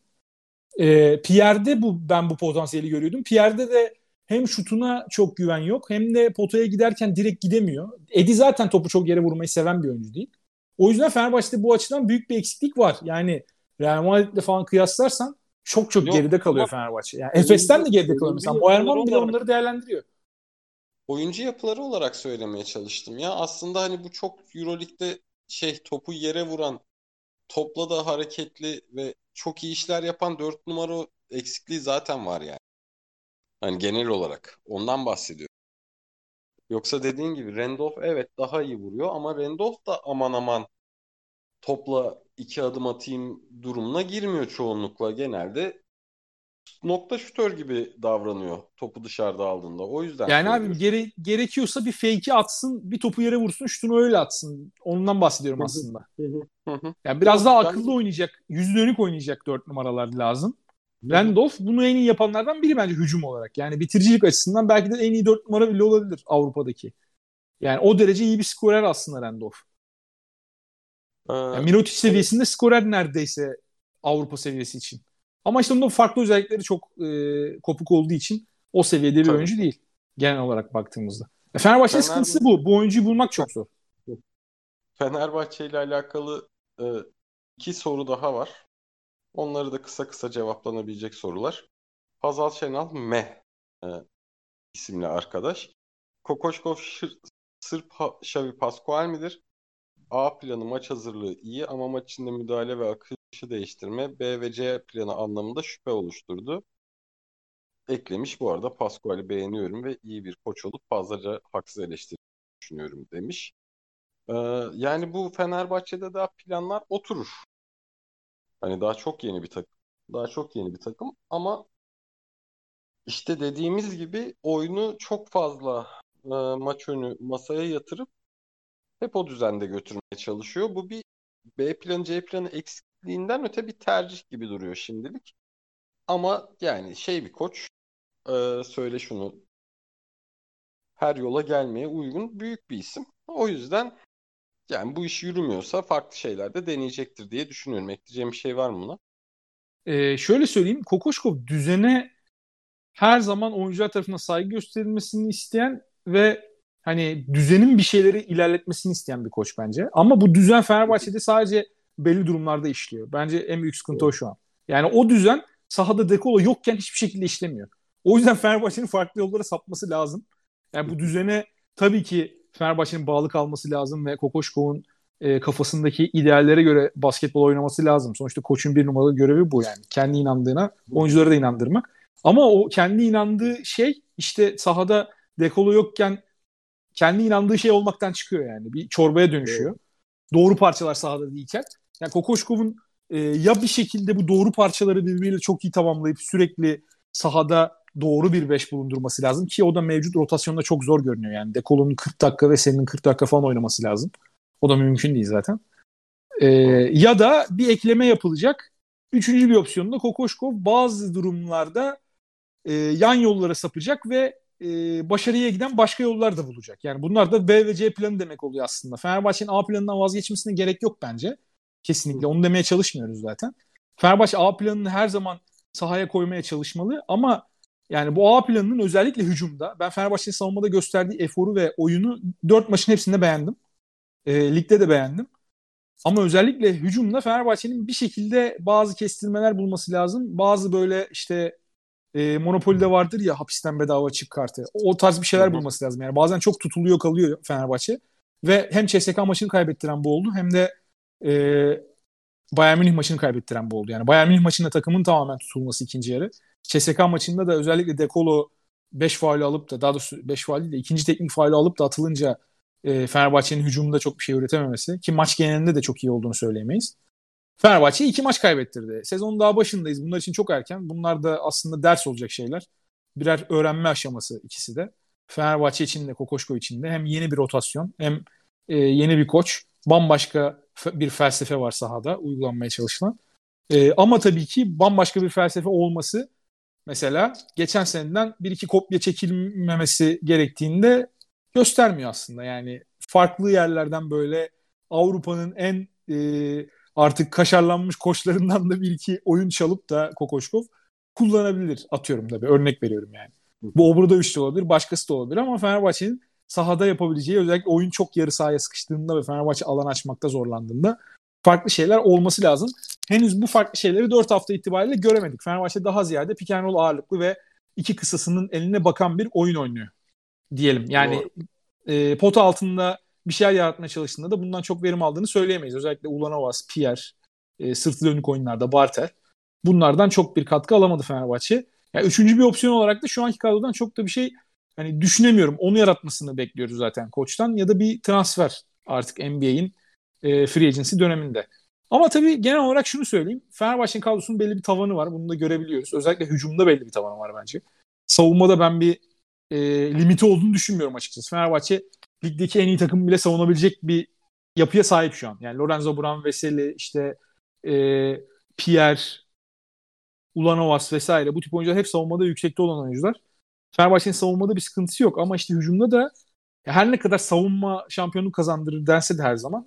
Pierre'de ben bu potansiyeli görüyordum. Pierre'de de hem şutuna çok güven yok hem de potaya giderken direkt gidemiyor. Edi zaten topu çok yere vurmayı seven bir oyuncu değil. O yüzden Fenerbahçe'de bu açıdan büyük bir eksiklik var. Yani Real Madrid'le falan kıyaslarsan çok çok Yok geride kalıyor ama Fenerbahçe. Yani Efes'ten de oyuncu geride kalıyor. oyuncu Mesela yapıları Boerman bile olarak onları değerlendiriyor. oyuncu yapıları olarak söylemeye çalıştım ya. Aslında hani bu çok EuroLeague'de topu yere vuran, topla da hareketli ve çok iyi işler yapan 4 numara eksikliği zaten var yani. Hani genel olarak ondan bahsediyorum. Yoksa dediğin gibi Randolph evet daha iyi vuruyor ama Randolph da aman aman topla 2 adım atayım durumuna girmiyor çoğunlukla. Genelde nokta şutör gibi davranıyor topu dışarıda aldığında. O yüzden Yani abi söylüyorum. gerekiyorsa bir fake'i atsın, bir topu yere vursun, şutunu öyle atsın. Ondan bahsediyorum Hı hı, aslında. hı hı, hı hı. Yani biraz Yo daha ben akıllı oynayacak, yüzü dönük oynayacak 4 numaralar lazım. hı hı. Randolph bunu en iyi yapanlardan biri bence hücum olarak. Yani bitiricilik açısından belki de en iyi 4 numara bile olabilir Avrupa'daki. Yani o derece iyi bir skorer aslında Randolph. Yani Mirotic Şey seviyesinde skorer neredeyse Avrupa seviyesi için. Ama işte bunun farklı özellikleri çok kopuk olduğu için o seviyede bir tabii. oyuncu değil. Genel olarak baktığımızda. Fenerbahçe'nin sıkıntısı Fenerbahçe bu. Bu oyuncuyu bulmak çok zor. Fenerbahçe ile alakalı 2 soru daha var. Onları da kısa kısa cevaplanabilecek sorular. Hazal Şenal Meh e, isimli arkadaş. Kokoşkov Sırp Xavi Pascual midir? A planı maç hazırlığı iyi ama maç içinde müdahale ve akışı değiştirme B ve C planı anlamında şüphe oluşturdu. Eklemiş bu arada Pascual'i beğeniyorum ve iyi bir koç olup fazlaca haksız eleştiri düşünüyorum demiş. Ee, Yani bu Fenerbahçe'de daha planlar oturur. Hani daha çok yeni bir takım. Daha çok yeni bir takım ama işte dediğimiz gibi oyunu çok fazla maç önü masaya yatırıp hep o düzende götürmeye çalışıyor. Bu bir B planı C planı eksikliğinden öte bir tercih gibi duruyor şimdilik. Ama yani bir koç, söyle şunu, her yola gelmeye uygun büyük bir isim. O yüzden yani bu iş yürümüyorsa farklı şeyler de deneyecektir diye düşünüyorum. Ekleyeceğim bir şey var mı buna? Şöyle söyleyeyim. Kokoşkov düzene her zaman oyuncular tarafından saygı gösterilmesini isteyen ve hani düzenin bir şeyleri ilerletmesini isteyen bir koç bence. Ama bu düzen Fenerbahçe'de sadece belli durumlarda işliyor. Bence en büyük sıkıntı o şu an. Yani o düzen sahada Dekolo yokken hiçbir şekilde işlemiyor. O yüzden Fenerbahçe'nin farklı yollara sapması lazım. Yani bu düzene tabii ki Fenerbahçe'nin bağlı kalması lazım ve Kokoşkov'un kafasındaki ideallere göre basketbol oynaması lazım. Sonuçta koçun bir numaralı görevi bu yani. Kendi inandığına oyuncuları da inandırmak. Ama o kendi inandığı şey işte sahada Dekolo yokken kendi inandığı şey olmaktan çıkıyor yani. Bir çorbaya dönüşüyor. Doğru. Doğru parçalar sahada değilken. Yani Kokoşkov'un ya bir şekilde bu doğru parçaları birbiriyle çok iyi tamamlayıp sürekli sahada doğru bir beş bulundurması lazım ki o da mevcut rotasyonda çok zor görünüyor. Yani Dekolo'nun 40 dakika ve senin 40 dakika falan oynaması lazım. O da mümkün değil zaten. E, Doğru. Ya da bir ekleme yapılacak. Üçüncü bir opsiyonda Kokoşkov bazı durumlarda yan yollara sapacak ve başarıya giden başka yollar da bulacak. Yani bunlar da B ve C planı demek oluyor aslında. Fenerbahçe'nin A planından vazgeçmesine gerek yok bence. Kesinlikle. Onu demeye çalışmıyoruz zaten. Fenerbahçe A planını her zaman sahaya koymaya çalışmalı ama yani bu A planının özellikle hücumda ben Fenerbahçe'nin savunmada gösterdiği eforu ve oyunu 4 maçın hepsinde beğendim. Ligde de beğendim. Ama özellikle hücumda Fenerbahçe'nin bir şekilde bazı kestirmeler bulması lazım. Bazı böyle işte Monopoly'de vardır ya hapisten bedava çık kartı. O tarz bir Hı şeyler hı. bulması lazım. Yani bazen çok tutuluyor kalıyor Fenerbahçe. Ve hem CSKA maçını kaybettiren bu oldu hem de e, Bayern Münih maçını kaybettiren bu oldu. Yani Bayern Münih maçında takımın tamamen tutulması ikinci yarı. CSKA maçında da özellikle Dekolo 5 faulü alıp da daha doğrusu 5 faul değil de ikinci teknik faulü alıp da atılınca Fenerbahçe'nin hücumunda çok bir şey üretememesi ki maç genelinde de çok iyi olduğunu söyleyemeyiz. Fenerbahçe 2 maç kaybettirdi. Sezonun daha başındayız. Bunlar için çok erken. Bunlar da aslında ders olacak şeyler. Birer öğrenme aşaması ikisi de. Fenerbahçe için de Kokoşko için de hem yeni bir rotasyon hem yeni bir koç. Bambaşka bir felsefe var sahada uygulanmaya çalışılan. Ama tabii ki bambaşka bir felsefe olması mesela geçen seneden bir iki kopya çekilmemesi gerektiğinde göstermiyor aslında. Yani farklı yerlerden böyle Avrupa'nın en artık kaşarlanmış koçlarından da bir iki oyun çalıp da Kokoşkov kullanabilir. Atıyorum tabii örnek veriyorum yani. Bu Obradoviç de olabilir, başkası da olabilir ama Fenerbahçe'nin sahada yapabileceği özellikle oyun çok yarı sahaya sıkıştığında ve Fenerbahçe alan açmakta zorlandığında farklı şeyler olması lazım. Henüz bu farklı şeyleri 4 hafta itibariyle göremedik. Fenerbahçe daha ziyade pick and roll ağırlıklı ve iki kısasının eline bakan bir oyun oynuyor diyelim. Doğru. Yani pota altında bir şeyler yaratmaya çalıştığında da bundan çok verim aldığını söyleyemeyiz. Özellikle Ulanovas, Pierre, sırtı dönük oyunlarda Bartel. Bunlardan çok bir katkı alamadı Fenerbahçe. Yani üçüncü bir opsiyon olarak da şu anki kadrodan çok da bir şey hani düşünemiyorum. Onu yaratmasını bekliyoruz zaten koçtan ya da bir transfer artık NBA'in free agency döneminde. Ama tabii genel olarak şunu söyleyeyim. Fenerbahçe'nin kadrosunun belli bir tavanı var. Bunu da görebiliyoruz. Özellikle hücumda belli bir tavanı var bence. Savunmada ben bir limiti olduğunu düşünmüyorum açıkçası. Fenerbahçe ligdeki en iyi takımı bile savunabilecek bir yapıya sahip şu an. Yani Lorenzo Brown, Veseli, işte e, Pierre, Ulanovas vesaire bu tip oyuncular hep savunmada yüksekte olan oyuncular. Fenerbahçe'nin savunmada bir sıkıntısı yok ama işte hücumda da her ne kadar savunma şampiyonluk kazandırır dense de her zaman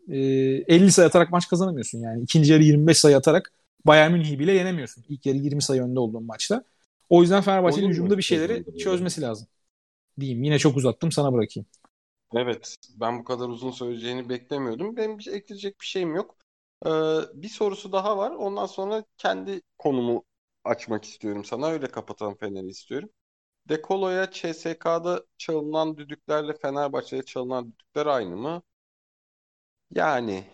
50 sayı atarak maç kazanamıyorsun yani. İkinci yarı 25 sayı atarak Bayern Münih'i bile yenemiyorsun. İlk yarı 20 sayı önde olduğun maçta. O yüzden Fenerbahçe'nin Oyun hücumda mu bir şeyleri kazandırıyor? çözmesi lazım diyeyim. Yine çok uzattım sana bırakayım. Evet, ben bu kadar uzun söyleyeceğini beklemiyordum. Benim ekleyecek bir şeyim yok. Ee, Bir sorusu daha var. Ondan sonra kendi konumu açmak istiyorum sana. Öyle kapatalım, Fener'i istiyorum. Dekolo'ya CSK'da çalınan düdüklerle Fenerbahçe'de çalınan düdükler aynı mı? Yani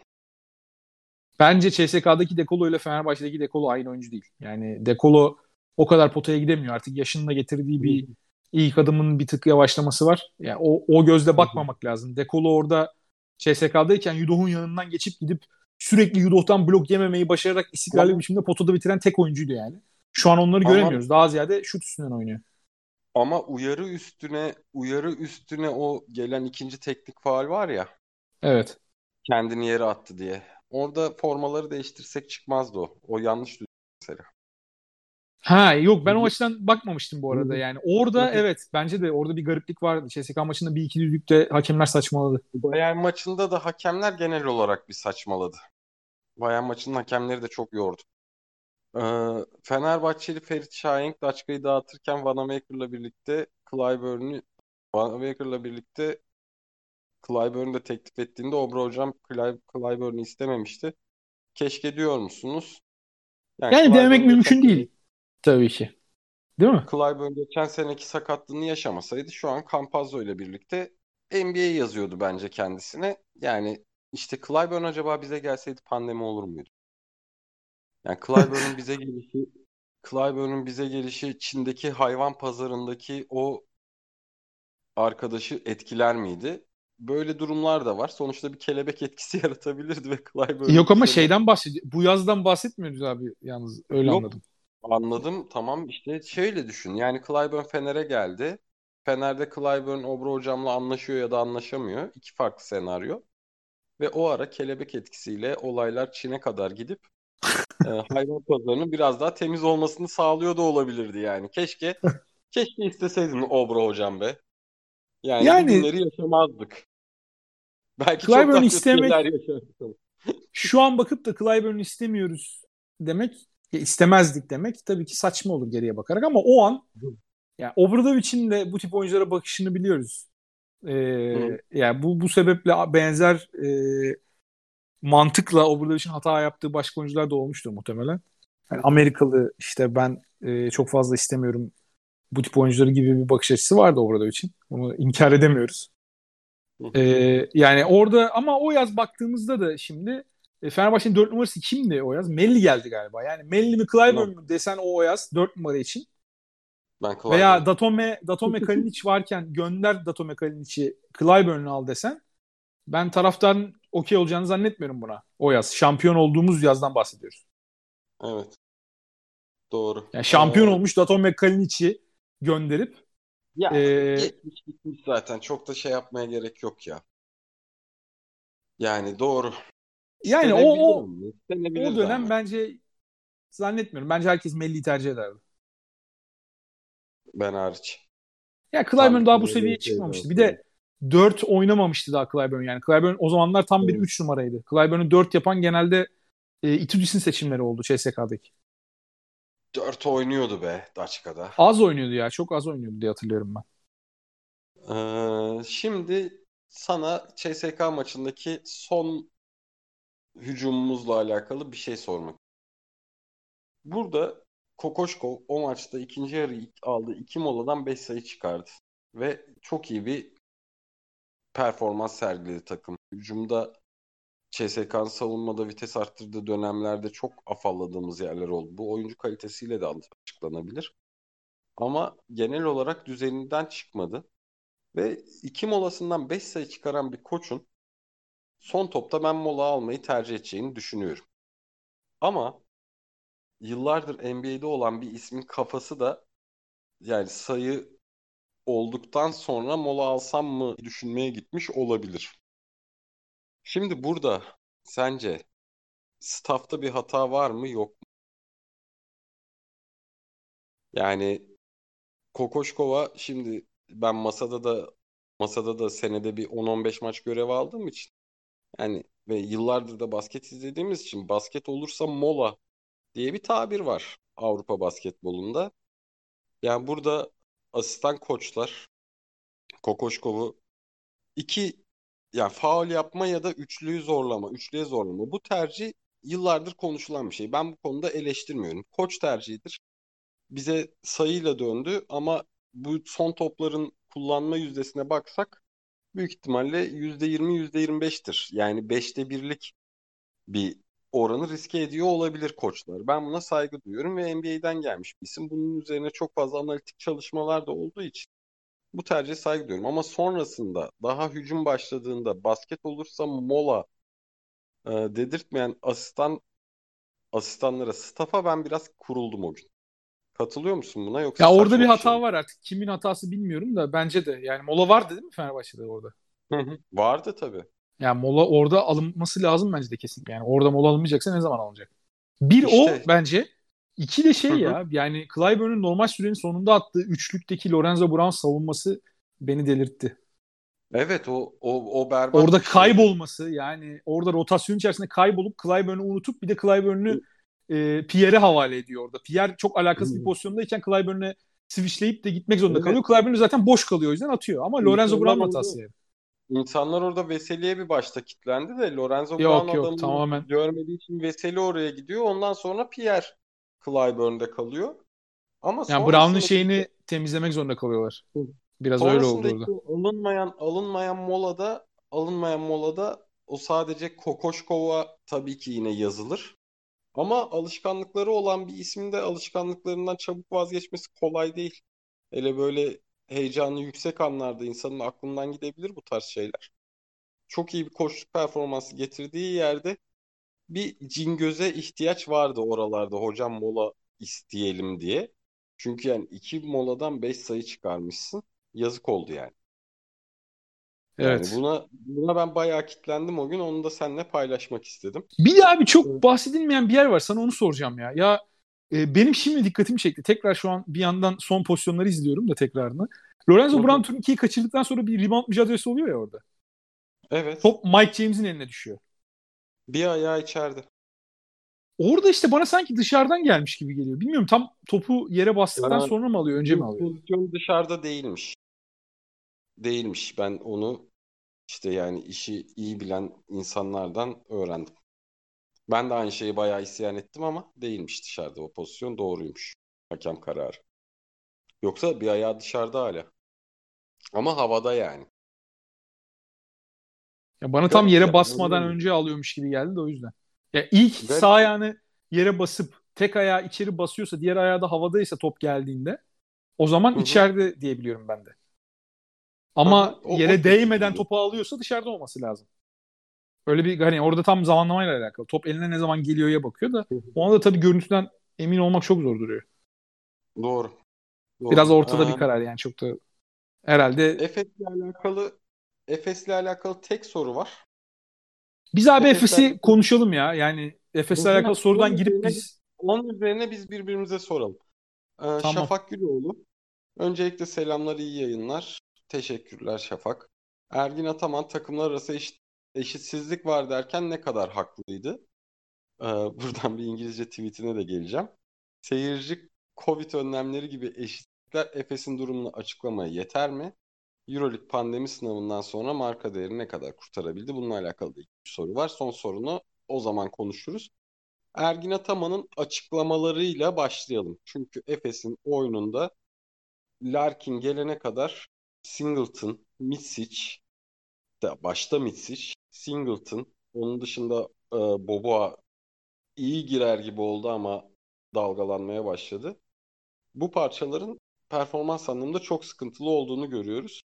Bence CSK'daki Dekolo ile Fenerbahçe'deki Dekolo aynı oyuncu değil. Yani Dekolo o kadar potaya gidemiyor. Artık yaşının da getirdiği Hı bir ilk adımın bir tık yavaşlaması var. Yani o gözle hı. bakmamak lazım. Dekolo orada CSK'dayken Yudoh'un yanından geçip gidip sürekli Yudoh'tan blok yememeyi başararak istikrarlı bir ama biçimde potada bitiren tek oyuncuydu yani. Şu an onları ama göremiyoruz. Daha ziyade şut üstünden oynuyor. ama uyarı üstüne o gelen ikinci teknik faul var ya, Evet. kendini yere attı diye. Orada formaları değiştirsek çıkmazdı o. O yanlış düdük mesela. Ha yok, ben o açıdan bakmamıştım bu arada yani. Orada evet, bence de orada bir gariplik vardı. CSKA maçında bir iki düdükte hakemler saçmaladı. Bayern maçında da hakemler genel olarak bir saçmaladı. Bayern maçının hakemleri de çok yordu. Fenerbahçeli Ferit Şahenk Daçka'yı dağıtırken Vanamaker'la birlikte Vanamaker'la birlikte Clyburn'u da teklif ettiğinde Obra hocam Clyburn'u istememişti. Keşke diyor musunuz? Yani Yani denemek Clyburn geçen mümkün sene değil tabii ki. Değil mi? Clyburn geçen seneki sakatlığını yaşamasaydı şu an Campazzo ile birlikte NBA yazıyordu bence kendisine. Yani işte Clyburn acaba bize gelseydi pandemi olur muydu? Yani Clyburn'un bize gelişi Çin'deki hayvan pazarındaki o arkadaşı etkiler miydi? Böyle durumlar da var. Sonuçta bir kelebek etkisi yaratabilirdi ve Clyburn'u Yok bu ama sene şeyden bahsediyor. Bu yazdan bahsetmiyoruz abi yalnız. Öyle yok. anladım. Anladım. Tamam işte şöyle düşün. Yani Clyburn Fener'e geldi. Fener'de Clyburn Obra hocamla anlaşıyor ya da anlaşamıyor. İki farklı senaryo. Ve o ara kelebek etkisiyle olaylar Çin'e kadar gidip hayvan pazarının biraz daha temiz olmasını sağlıyor da olabilirdi yani. Keşke isteseydin Obra hocam be. Yani Yani bugünleri yaşamazdık. Belki çok Clyburn'u daha kötü şeyler istemek, yaşardık. şu an bakıp da Clyburn'u istemiyoruz demek, ya istemezdik demek tabii ki saçma olur geriye bakarak, ama o an yani Obradovic'in de bu tip oyunculara bakışını biliyoruz. Hı. Yani bu sebeple benzer mantıkla Obradovic'in hata yaptığı başka oyuncular da olmuştur muhtemelen. Hı Yani hı. Amerikalı işte ben çok fazla istemiyorum bu tip oyuncuları gibi bir bakış açısı vardı Obradovic'in. Onu inkar edemiyoruz. Hı hı. Yani orada ama o yaz baktığımızda da şimdi Fenerbahçe'nin 4 numarası kimdi o yaz? Melli geldi galiba. Yani Melli mi Clyburn No, mu desen o yaz 4 numara için. ben Veya Clyburn. Datome Kalinic varken gönder Datome Kalinic'i, Clyburn'u al desen, ben taraftarın okey olacağını zannetmiyorum buna. O yaz. Şampiyon olduğumuz yazdan bahsediyoruz. Evet, doğru. Yani şampiyon olmuş Datome Kalinic'i gönderip Ya e, geçmiş gitmiş zaten. Çok da şey yapmaya gerek yok ya. Yani doğru. yani İstenebilir ama. o İstenebilir de dönem ama. bence zannetmiyorum. Bence herkes Melli'yi tercih ederdi. Ben hariç. Ya Tam Clyburn bir daha bu NBA seviyeye şeyde çıkmamıştı. Bir olsaydı. de 4 oynamamıştı daha Clyburn yani. Clyburn o zamanlar tam bir Evet. 3 numaraydı. Clyburn'u 4 yapan genelde Itudis'in seçimleri oldu CSK'daki. 4 oynuyordu be Daçka'da. Az oynuyordu ya. Çok az oynuyordu diye hatırlıyorum ben. Şimdi sana CSK maçındaki son hücumumuzla alakalı bir şey sormak. Burada Kokoşkov o maçta ikinci yarı aldığı iki moladan 5 sayı çıkardı. Ve çok iyi bir performans sergiledi takım. Hücumda CSK'nın savunmada vites arttırdığı dönemlerde çok afalladığımız yerler oldu. Bu oyuncu kalitesiyle de açıklanabilir. Ama genel olarak düzeninden çıkmadı. Ve iki molasından 5 sayı çıkaran bir koçun son topta ben mola almayı tercih edeceğini düşünüyorum. Ama yıllardır NBA'de olan bir ismin kafası da yani sayı olduktan sonra mola alsam mı düşünmeye gitmiş olabilir. Şimdi burada sence staff'ta bir hata var mı yok mu? Yani Kokoşkova şimdi ben masada da senede bir 10-15 maç görev aldığım için yani ve yıllardır da basket izlediğimiz için basket olursa mola diye bir tabir var Avrupa basketbolunda. Yani burada asistan koçlar Kokoşkov'u iki yani faul yapma ya da üçlüye zorlama. Bu tercih yıllardır konuşulan bir şey. Ben bu konuda eleştirmiyorum. Koç tercihidir. Bize sayıyla döndü ama bu son topların kullanma yüzdesine baksak büyük ihtimalle %20, %25'tir. Yani beşte birlik bir oranı riske ediyor olabilir koçlar. Ben buna saygı duyuyorum ve NBA'den gelmiş bir isim. Bunun üzerine çok fazla analitik çalışmalar da olduğu için bu tercihe saygı duyuyorum. Ama sonrasında daha hücum başladığında basket olursa mola dedirtmeyen asistanlara, staff'a ben biraz kuruldum o gün. Katılıyor musun buna yoksa Ya orada bir saçma bir şey hata mi? var artık. Kimin hatası bilmiyorum da bence de. Yani mola vardı değil mi Fenerbahçe'de orada? Hı hı. Vardı tabii. Yani mola orada alınması lazım bence de kesin. Yani orada mola alınmayacaksa ne zaman alınacak? Bir o İşte bence. İki de Hı şey hı. ya, yani Clyburn'un normal sürenin sonunda attığı üçlükteki Lorenzo Brown savunması beni delirtti. Evet, o berbat Orada bir şeydi. kaybolması, yani orada rotasyon içerisinde kaybolup Clyburn'u unutup bir de Clyburn'u Pierre'e havale ediyor orada. Pierre çok alakasız bir pozisyondayken Clyburn'e switchleyip de gitmek zorunda Evet. kalıyor. Clyburn zaten boş kalıyor, o yüzden atıyor. Ama Lorenzo İnsanlar Brown'un orada hatası yani. insanlar orada Veseli'ye bir başta kilitlendi de Lorenzo Brown Yok yok, adamını tamamen. görmediği için Veseli oraya gidiyor. Ondan sonra Pierre Clyburn'de kalıyor. Ama Yani Brown'un sonrasındaki şeyini temizlemek zorunda kalıyorlar. Biraz öyle oldu sonrasındaki orada. alınmayan molada o sadece Kokoşkov'a tabii ki yine yazılır. Ama alışkanlıkları olan bir ismin de alışkanlıklarından çabuk vazgeçmesi kolay değil. Hele böyle heyecanı yüksek anlarda insanın aklından gidebilir bu tarz şeyler. Çok iyi bir koçluk performansı getirdiği yerde bir cingöze ihtiyaç vardı oralarda, hocam mola isteyelim diye. Çünkü yani iki moladan 5 sayı çıkarmışsın. Yazık oldu yani. Yani Evet. buna ben bayağı kitlendim o gün. Onu da seninle paylaşmak istedim. Bir de abi çok Evet. bahsedilmeyen bir yer var. Sana onu soracağım ya. Ya benim şimdi dikkatimi çekti. Tekrar şu an bir yandan son pozisyonları izliyorum da tekrarını. Hı Lorenzo Brown hı. turnikeyi kaçırdıktan sonra bir rebound mücadelesi oluyor ya orada. Evet. Top Mike James'in eline düşüyor. Bir ayağı içeride. Orada işte bana sanki dışarıdan gelmiş gibi geliyor. Bilmiyorum, tam topu yere bastıktan Ha, sonra mı alıyor, önce mi yok, alıyor? pozisyon dışarıda değilmiş. Değilmiş. Ben onu işte yani işi iyi bilen insanlardan öğrendim. Ben de aynı şeyi bayağı isyan ettim ama değilmiş dışarıda, o pozisyon doğruymuş. Hakem kararı. Yoksa bir ayağı dışarıda hala. Ama havada yani. Ya bana tam Garip yere yani, basmadan anlamadım. önce alıyormuş gibi geldi de o yüzden. Ya ilk sağ Garip. ayağını yere basıp tek ayağı içeri basıyorsa, diğer ayağı da havadaysa top geldiğinde, o zaman Hı hı. içeride diyebiliyorum ben de. Hı hı. Ama O yere değmeden şekildeydi. topu alıyorsa dışarıda olması lazım. Öyle bir, hani orada tam zamanlamayla alakalı. Top eline ne zaman geliyor'ya bakıyor da Hı hı. ona da tabii görüntüden emin olmak çok zor duruyor. Doğru. Biraz Doğru. ortada bir karar yani, çok da herhalde. Efes'le alakalı Efes'le alakalı tek soru var. Biz abi Efes'le Efes'i alakalı. konuşalım ya. Yani Efes'le alakalı Hı. sorudan girip biz, Onun üzerine biz birbirimize soralım. tamam. Şafak Güloğlu. Öncelikle selamlar, iyi yayınlar. Teşekkürler Şafak. Ergin Ataman takımlar arası eşitsizlik var derken ne kadar haklıydı? Buradan bir İngilizce tweetine de geleceğim. Seyirci Covid önlemleri gibi eşitlikler Efes'in durumunu açıklamaya yeter mi? Euroleague pandemi sınavından sonra marka değeri ne kadar kurtarabildi? Bununla alakalı da bir soru var. Son sorunu o zaman konuşuruz. Ergin Ataman'ın açıklamalarıyla başlayalım. Çünkü Efes'in oyununda Larkin gelene kadar Singleton, Mitsic, başta Mitsic, Singleton, onun dışında Boboa iyi girer gibi oldu ama dalgalanmaya başladı. Bu parçaların performans anlamında çok sıkıntılı olduğunu görüyoruz.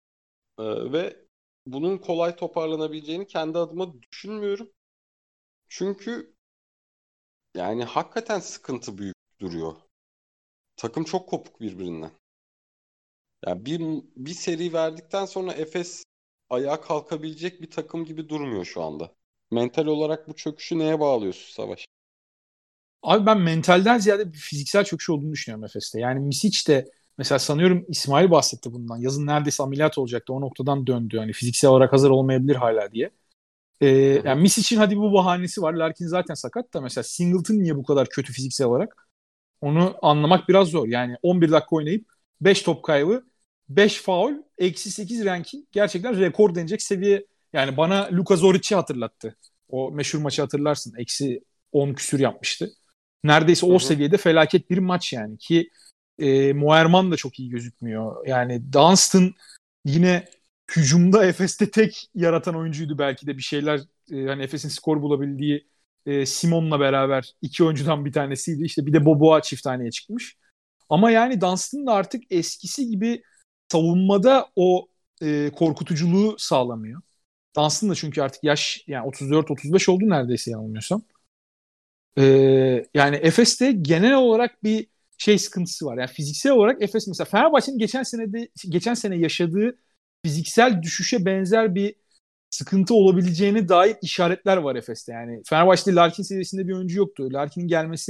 Ve bunun kolay toparlanabileceğini kendi adıma düşünmüyorum. Çünkü yani hakikaten sıkıntı büyük duruyor. Takım çok kopuk birbirinden. Yani bir seri verdikten sonra Efes ayağa kalkabilecek bir takım gibi durmuyor şu anda. Mental olarak bu çöküşü neye bağlıyorsun Savaş? Abi ben mentalden ziyade bir fiziksel çöküş olduğunu düşünüyorum Efes'te. Yani Misic de mesela, sanıyorum İsmail bahsetti bundan. Yazın neredeyse ameliyat olacaktı. O noktadan döndü. Hani fiziksel olarak hazır olmayabilir hala diye. Ee, Hı Yani hı. Misic'in hadi bu bahanesi var. Larkin zaten sakat da, mesela Singleton niye bu kadar kötü fiziksel olarak? Onu anlamak biraz zor. Yani 11 dakika oynayıp 5 top kaybı, 5 faul, -8 ranking, gerçekten rekor denecek seviye. Yani bana Luka Zoric'i hatırlattı. O meşhur maçı hatırlarsın. -10 küsür yapmıştı. Neredeyse Hı o hı. seviyede felaket bir maç yani, ki Moerman da çok iyi gözükmüyor. Yani Dunstan yine hücumda Efes'te tek yaratan oyuncuydu belki de, bir şeyler, hani Efes'in skor bulabildiği Simon'la beraber iki oyuncudan bir tanesiydi. İşte bir de Boboa çift taneye çıkmış. Ama yani Dunstan da artık eskisi gibi savunmada o korkutuculuğu sağlamıyor. Dunstan da çünkü artık yaş, yani 34-35 oldu neredeyse yanılmıyorsam. E, Yani Efes'te genel olarak bir şey sıkıntısı var. Yani fiziksel olarak Efes, mesela Fenerbahçe'nin geçen sene yaşadığı fiziksel düşüşe benzer bir sıkıntı olabileceğine dair işaretler var Efes'te. Yani Fenerbahçe'de Larkin seviyesinde bir oyuncu yoktu. Larkin'in gelmesi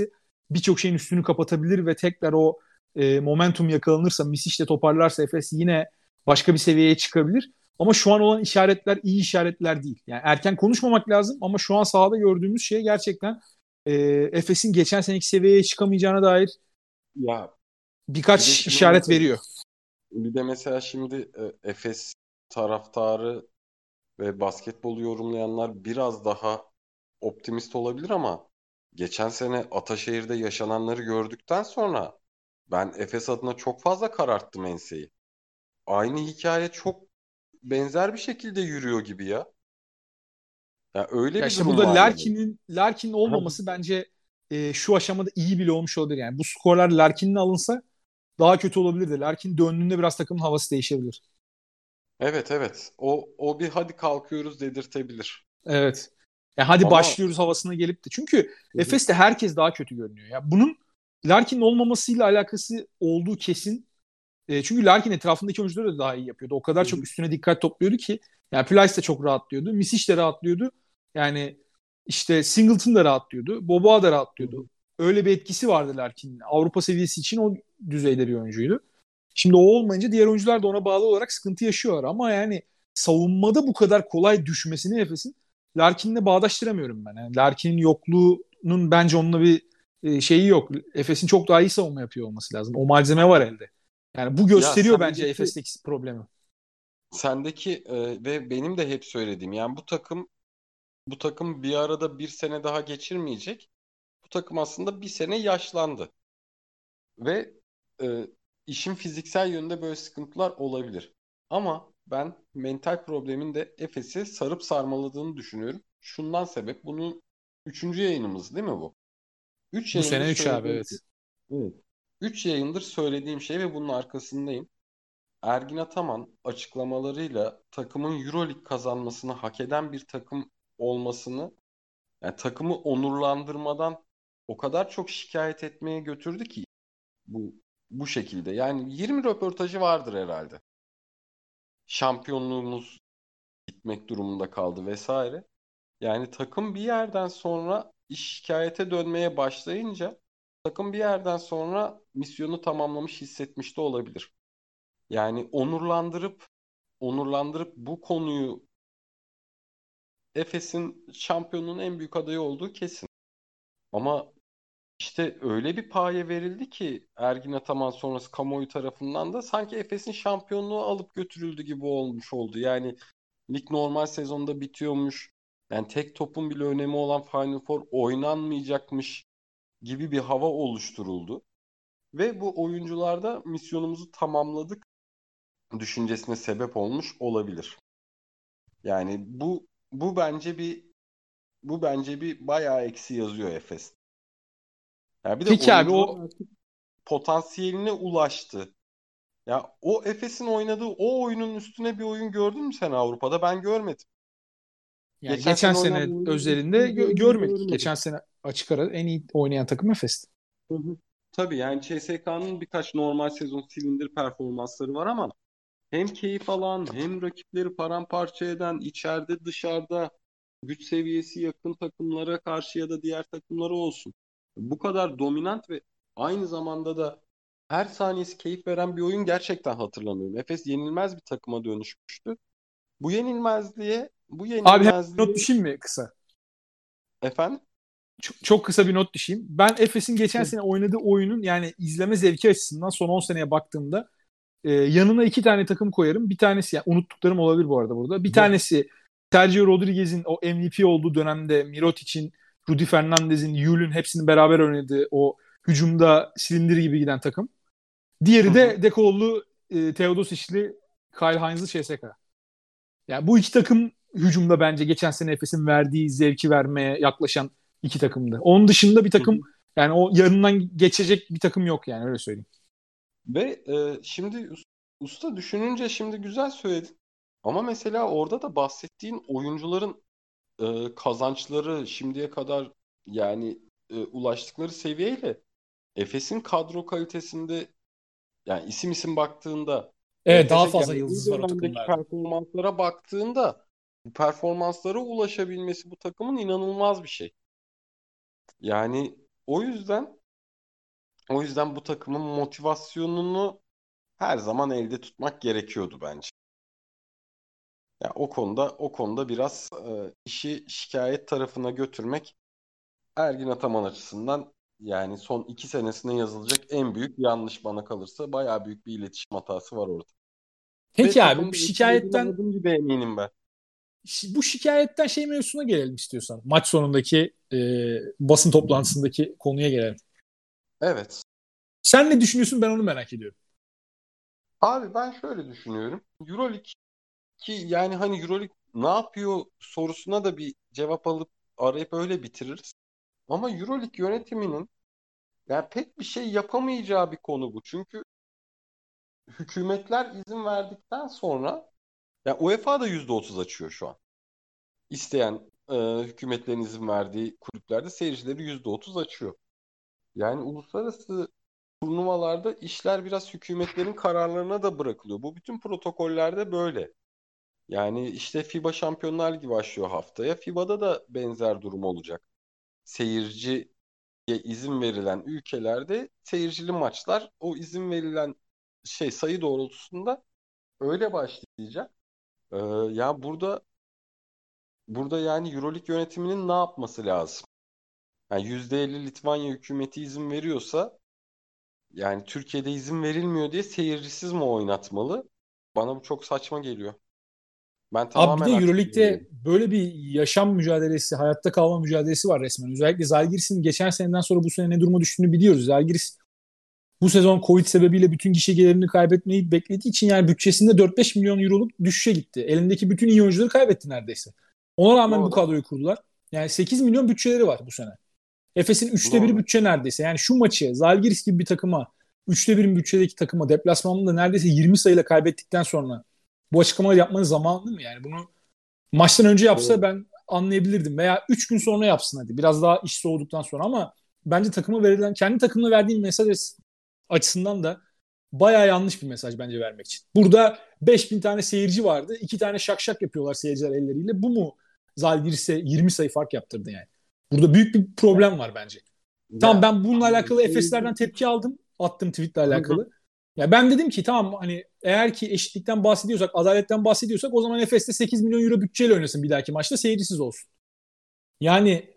birçok şeyin üstünü kapatabilir ve tekrar o momentum yakalanırsa, Misic de toparlarsa Efes yine başka bir seviyeye çıkabilir. Ama şu an olan işaretler iyi işaretler değil. Yani erken konuşmamak lazım ama şu an sahada gördüğümüz şey gerçekten Efes'in geçen seneki seviyeye çıkamayacağına dair Ya bir de birkaç şimdi işaret mesela, veriyor. şimdi Efes taraftarı ve basketbolu yorumlayanlar biraz daha optimist olabilir ama geçen sene Ataşehir'de yaşananları gördükten sonra ben Efes adına çok fazla kararttım enseyi. Aynı hikaye çok benzer bir şekilde yürüyor gibi ya. Ya öyle Ya bir işte durum burada var yani. Larkin'in olmaması bence şu aşamada iyi bile olmuş olabilir. Yani bu skorlar Larkin'in alınsa daha kötü olabilirdi. Larkin döndüğünde biraz takımın havası değişebilir. Evet, evet. O bir hadi kalkıyoruz dedirtebilir. Evet. Ya hadi Ama başlıyoruz havasına gelip de. Çünkü hı hı, Efes'te herkes daha kötü görünüyor. Ya bunun Larkin'in olmamasıyla alakası olduğu kesin. Çünkü Larkin etrafındaki oyuncuları da daha iyi yapıyordu. O kadar hı çok hı, üstüne dikkat topluyordu ki. Yani Plyce de çok rahatlıyordu. Misic de rahatlıyordu. Yani işte Singleton da rahatlıyordu. Boboa da hı rahatlıyordu. hı. Öyle bir etkisi vardı Larkin'in. Avrupa seviyesi için o düzeyde bir oyuncuydu. Şimdi o olmayınca diğer oyuncular da ona bağlı olarak sıkıntı yaşıyorlar. Ama yani savunmada bu kadar kolay düşmesini Efes'in Larkin'le bağdaştıramıyorum ben. Yani Larkin'in yokluğunun bence onunla bir şeyi yok. Efes'in çok daha iyi savunma yapıyor olması lazım. O malzeme var elde. Yani bu Ya gösteriyor bence Efes'teki problemi. ve benim de hep söylediğim yani bu takım bir arada bir sene daha geçirmeyecek. Bu takım aslında bir sene yaşlandı. Ve e, işin fiziksel yönünde böyle sıkıntılar olabilir. Ama ben mental problemin de Efes'i sarıp sarmaladığını düşünüyorum. Şundan sebep bunun üçüncü yayınımız değil mi bu? Üç Bu yayındır sene 3 abi, söylediğim şey. evet. Evet. 3 yayındır söylediğim şey ve bunun arkasındayım. Ergin Ataman açıklamalarıyla takımın EuroLeague kazanmasını hak eden bir takım olmasını, yani takımı onurlandırmadan o kadar çok şikayet etmeye götürdü ki bu bu şekilde. Yani 20 röportajı vardır herhalde. Şampiyonluğumuz gitmek durumunda kaldı vesaire. Yani takım bir yerden sonra iş şikayete dönmeye başlayınca takım bir yerden sonra misyonu tamamlamış hissetmiş de olabilir. Yani onurlandırıp bu konuyu Efes'in şampiyonluğun en büyük adayı olduğu kesin. Ama İşte öyle bir paye verildi ki Ergin Ataman sonrası kamuoyu tarafından da sanki Efes'in şampiyonluğu alıp götürüldü gibi olmuş oldu. Yani lig normal sezonda bitiyormuş. Yani tek topun bile önemi olan Final Four oynanmayacakmış gibi bir hava oluşturuldu. Ve bu oyuncularda misyonumuzu tamamladık düşüncesine sebep olmuş olabilir. Yani bu bence bir bayağı eksi yazıyor Efes. Yani bir de Peki abi, oyuncular o artık potansiyeline ulaştı. Ya o Efes'in oynadığı o oyunun üstüne bir oyun gördün mü sen Avrupa'da? Ben görmedim. yani Geçen geçen sene oynanan sene oyunun özelinde üstünde bir oyun görmedik. görmedim. Geçen sene açık ara en iyi oynayan takım Efes'ti. Hı hı. Tabii yani CSK'nın birkaç normal sezon silindir performansları var ama hem keyif alan hem rakipleri paramparça eden içeride dışarıda güç seviyesi yakın takımlara karşı ya da diğer takımlara olsun. Bu kadar dominant ve aynı zamanda da her saniyesi keyif veren bir oyun gerçekten hatırlamıyorum. Efes yenilmez bir takıma dönüşmüştü. Bu yenilmezliğe, bu Abi hemen bir not yenilmezliğe düşeyim mi kısa? efendim? Çok kısa bir not düşeyim. Ben Efes'in geçen sene oynadığı oyunun yani izleme zevki açısından son 10 seneye baktığımda yanına iki tane takım koyarım. Bir tanesi, yani unuttuklarım olabilir bu arada burada. Bir tanesi Sergio Rodriguez'in o MVP olduğu dönemde Mirotic'in, Rudy Fernandez'in, Yul'ün hepsinin beraber oynadığı o hücumda silindir gibi giden takım. Hı Diğeri hı. de Dekoğlu, Teodosic'li Kyle Hines'lı CSKA. Yani bu iki takım hücumda bence geçen sene Efes'in verdiği zevki vermeye yaklaşan iki takımdı. Onun dışında bir Hı takım, hı. yani o yanından geçecek bir takım yok, yani öyle söyleyeyim. Ve şimdi usta düşününce şimdi güzel söyledin. Ama mesela orada da bahsettiğin oyuncuların kazançları şimdiye kadar yani ulaştıkları seviyeyle Efes'in kadro kalitesinde yani isim isim baktığında ve Evet, daha Efes'e fazla geldiği yıldız var o dönemdeki takımlarda. performanslara baktığında bu performanslara ulaşabilmesi bu takımın inanılmaz bir şey. Yani o yüzden O yüzden bu takımın motivasyonunu her zaman elde tutmak gerekiyordu bence. Ya o konuda biraz işi şikayet tarafına götürmek Ergin Ataman açısından yani son 2 senesine yazılacak en büyük yanlış bana kalırsa. Bayağı büyük bir iletişim hatası var orada. Ve Peki abi bu takımda etkilediğine şikayetten adım gibi eminim ben. bu şikayetten şey mevzusuna gelelim istiyorsan. Maç sonundaki basın toplantısındaki konuya gelelim. Evet. Sen ne düşünüyorsun, ben onu merak ediyorum. Abi ben şöyle düşünüyorum. Euroleague ki yani hani Euroleague ne yapıyor sorusuna da bir cevap alıp arayıp öyle bitiririz. Ama Euroleague yönetiminin yani pek bir şey yapamayacağı bir konu bu. Çünkü hükümetler izin verdikten sonra ya UEFA da %30 açıyor şu an. İsteyen hükümetlerin izin verdiği kulüplerde seyircileri %30 açıyor. Yani uluslararası turnuvalarda işler biraz hükümetlerin kararlarına da bırakılıyor. Bu bütün protokollerde böyle. Yani işte FIBA Şampiyonlar Ligi başlıyor haftaya. FIBA'da da benzer durum olacak. Seyirciye izin verilen ülkelerde seyircili maçlar o izin verilen sayı doğrultusunda öyle başlayacak. Ee, ya burada yani EuroLeague yönetiminin ne yapması lazım? Yani %50 Litvanya hükümeti izin veriyorsa yani Türkiye'de izin verilmiyor diye seyircisiz mi oynatmalı? Bana bu çok saçma geliyor. Ben Abi bir de tamamen aksi Euroleague'de görüyorum. böyle bir yaşam mücadelesi, hayatta kalma mücadelesi var resmen. Özellikle Zalgiris'in geçen seneden sonra bu sene ne duruma düştüğünü biliyoruz. Zalgiris bu sezon Covid sebebiyle bütün gişe gelirini kaybetmeyi beklediği için yani bütçesinde 4-5 milyon euroluk düşüşe gitti. Elindeki bütün iyi oyuncuları kaybetti neredeyse. Ona rağmen bu Doğru. kadroyu kurdular. Yani 8 milyon bütçeleri var bu sene. Efes'in 1/3 Doğru. bütçe neredeyse. Yani şu maçı Zalgiris gibi bir takıma, 1/3 bütçedeki takıma deplasmanda neredeyse 20 sayıyla kaybettikten sonra bu açıklamaları yapmanın zamanı mı? Yani bunu maçtan önce yapsa Doğru. ben anlayabilirdim. Veya 3 gün sonra yapsın hadi. Biraz daha iş soğuduktan sonra ama bence takıma verilen, kendi takımına verdiğim mesaj açısından da bayağı yanlış bir mesaj bence vermek için. Burada 5.000 tane seyirci vardı. 2 tane şak şak yapıyorlar seyirciler elleriyle. Bu mu Zalgiris'e 20 sayı fark yaptırdı yani? Burada büyük bir problem var bence. Tamam, Ya ben bununla abi alakalı seyirci Efeslerden tepki aldım. Attım tweetle alakalı. Ya ben dedim ki tamam, hani eğer ki eşitlikten bahsediyorsak, adaletten bahsediyorsak o zaman Efes'te 8 milyon euro bütçeyle oynasın bir dahaki maçta, seyircisiz olsun. Yani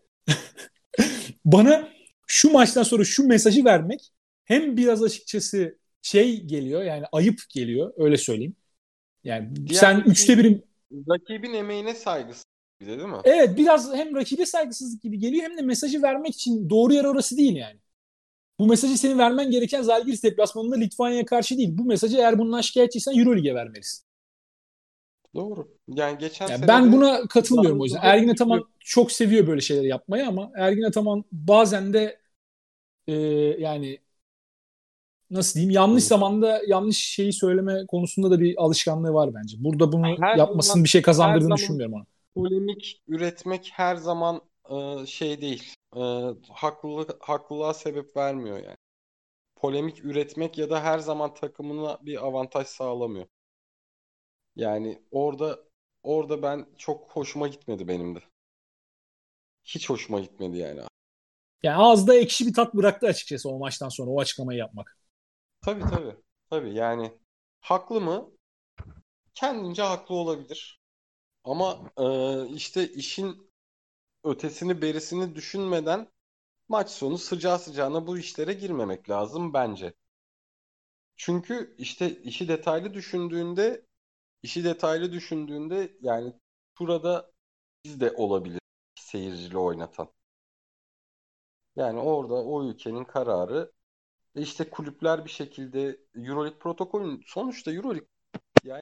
bana şu maçtan sonra şu mesajı vermek hem biraz açıkçası şey geliyor, yani ayıp geliyor öyle söyleyeyim. Yani diğer sen üçte birim, rakibin emeğine saygısı bir de değil mi? evet, biraz hem rakibe saygısızlık gibi geliyor hem de mesajı vermek için doğru yer orası değil yani. Bu mesajı senin vermen gereken Zalgiris deplasmanında Litvanya'ya karşı değil. Bu mesajı eğer bundan şikayetçiysen Euroleague'e vermelisin. Doğru. Yani geçen Yani sene ben de buna katılmıyorum o yüzden. daha Ergin güçlü. Ataman çok seviyor böyle şeyleri yapmayı ama Ergin Ataman bazen de yani nasıl diyeyim, yanlış zamanda yanlış şeyi söyleme konusunda da bir alışkanlığı var bence. Burada bunu Her yapmasının zaman bir şey her kazandırdığını zaman düşünmüyorum ona. polemik üretmek her zaman değil. Haklılığa sebep vermiyor yani. Polemik üretmek ya da her zaman takımına bir avantaj sağlamıyor. Yani orada ben çok hoşuma gitmedi benim de. Hiç hoşuma gitmedi yani. Yani ağızda ekşi bir tat bıraktı açıkçası o maçtan sonra o açıklamayı yapmak. Tabii tabii. Tabii yani haklı mı? Kendince haklı olabilir. Ama işte işin ötesini berisini düşünmeden maç sonu sıcağı sıcağına bu işlere girmemek lazım bence. Çünkü işte işi detaylı düşündüğünde yani burada biz de olabilir seyircili oynatan. Yani orada o ülkenin kararı işte kulüpler bir şekilde EuroLeague protokolün sonuçta EuroLeague yani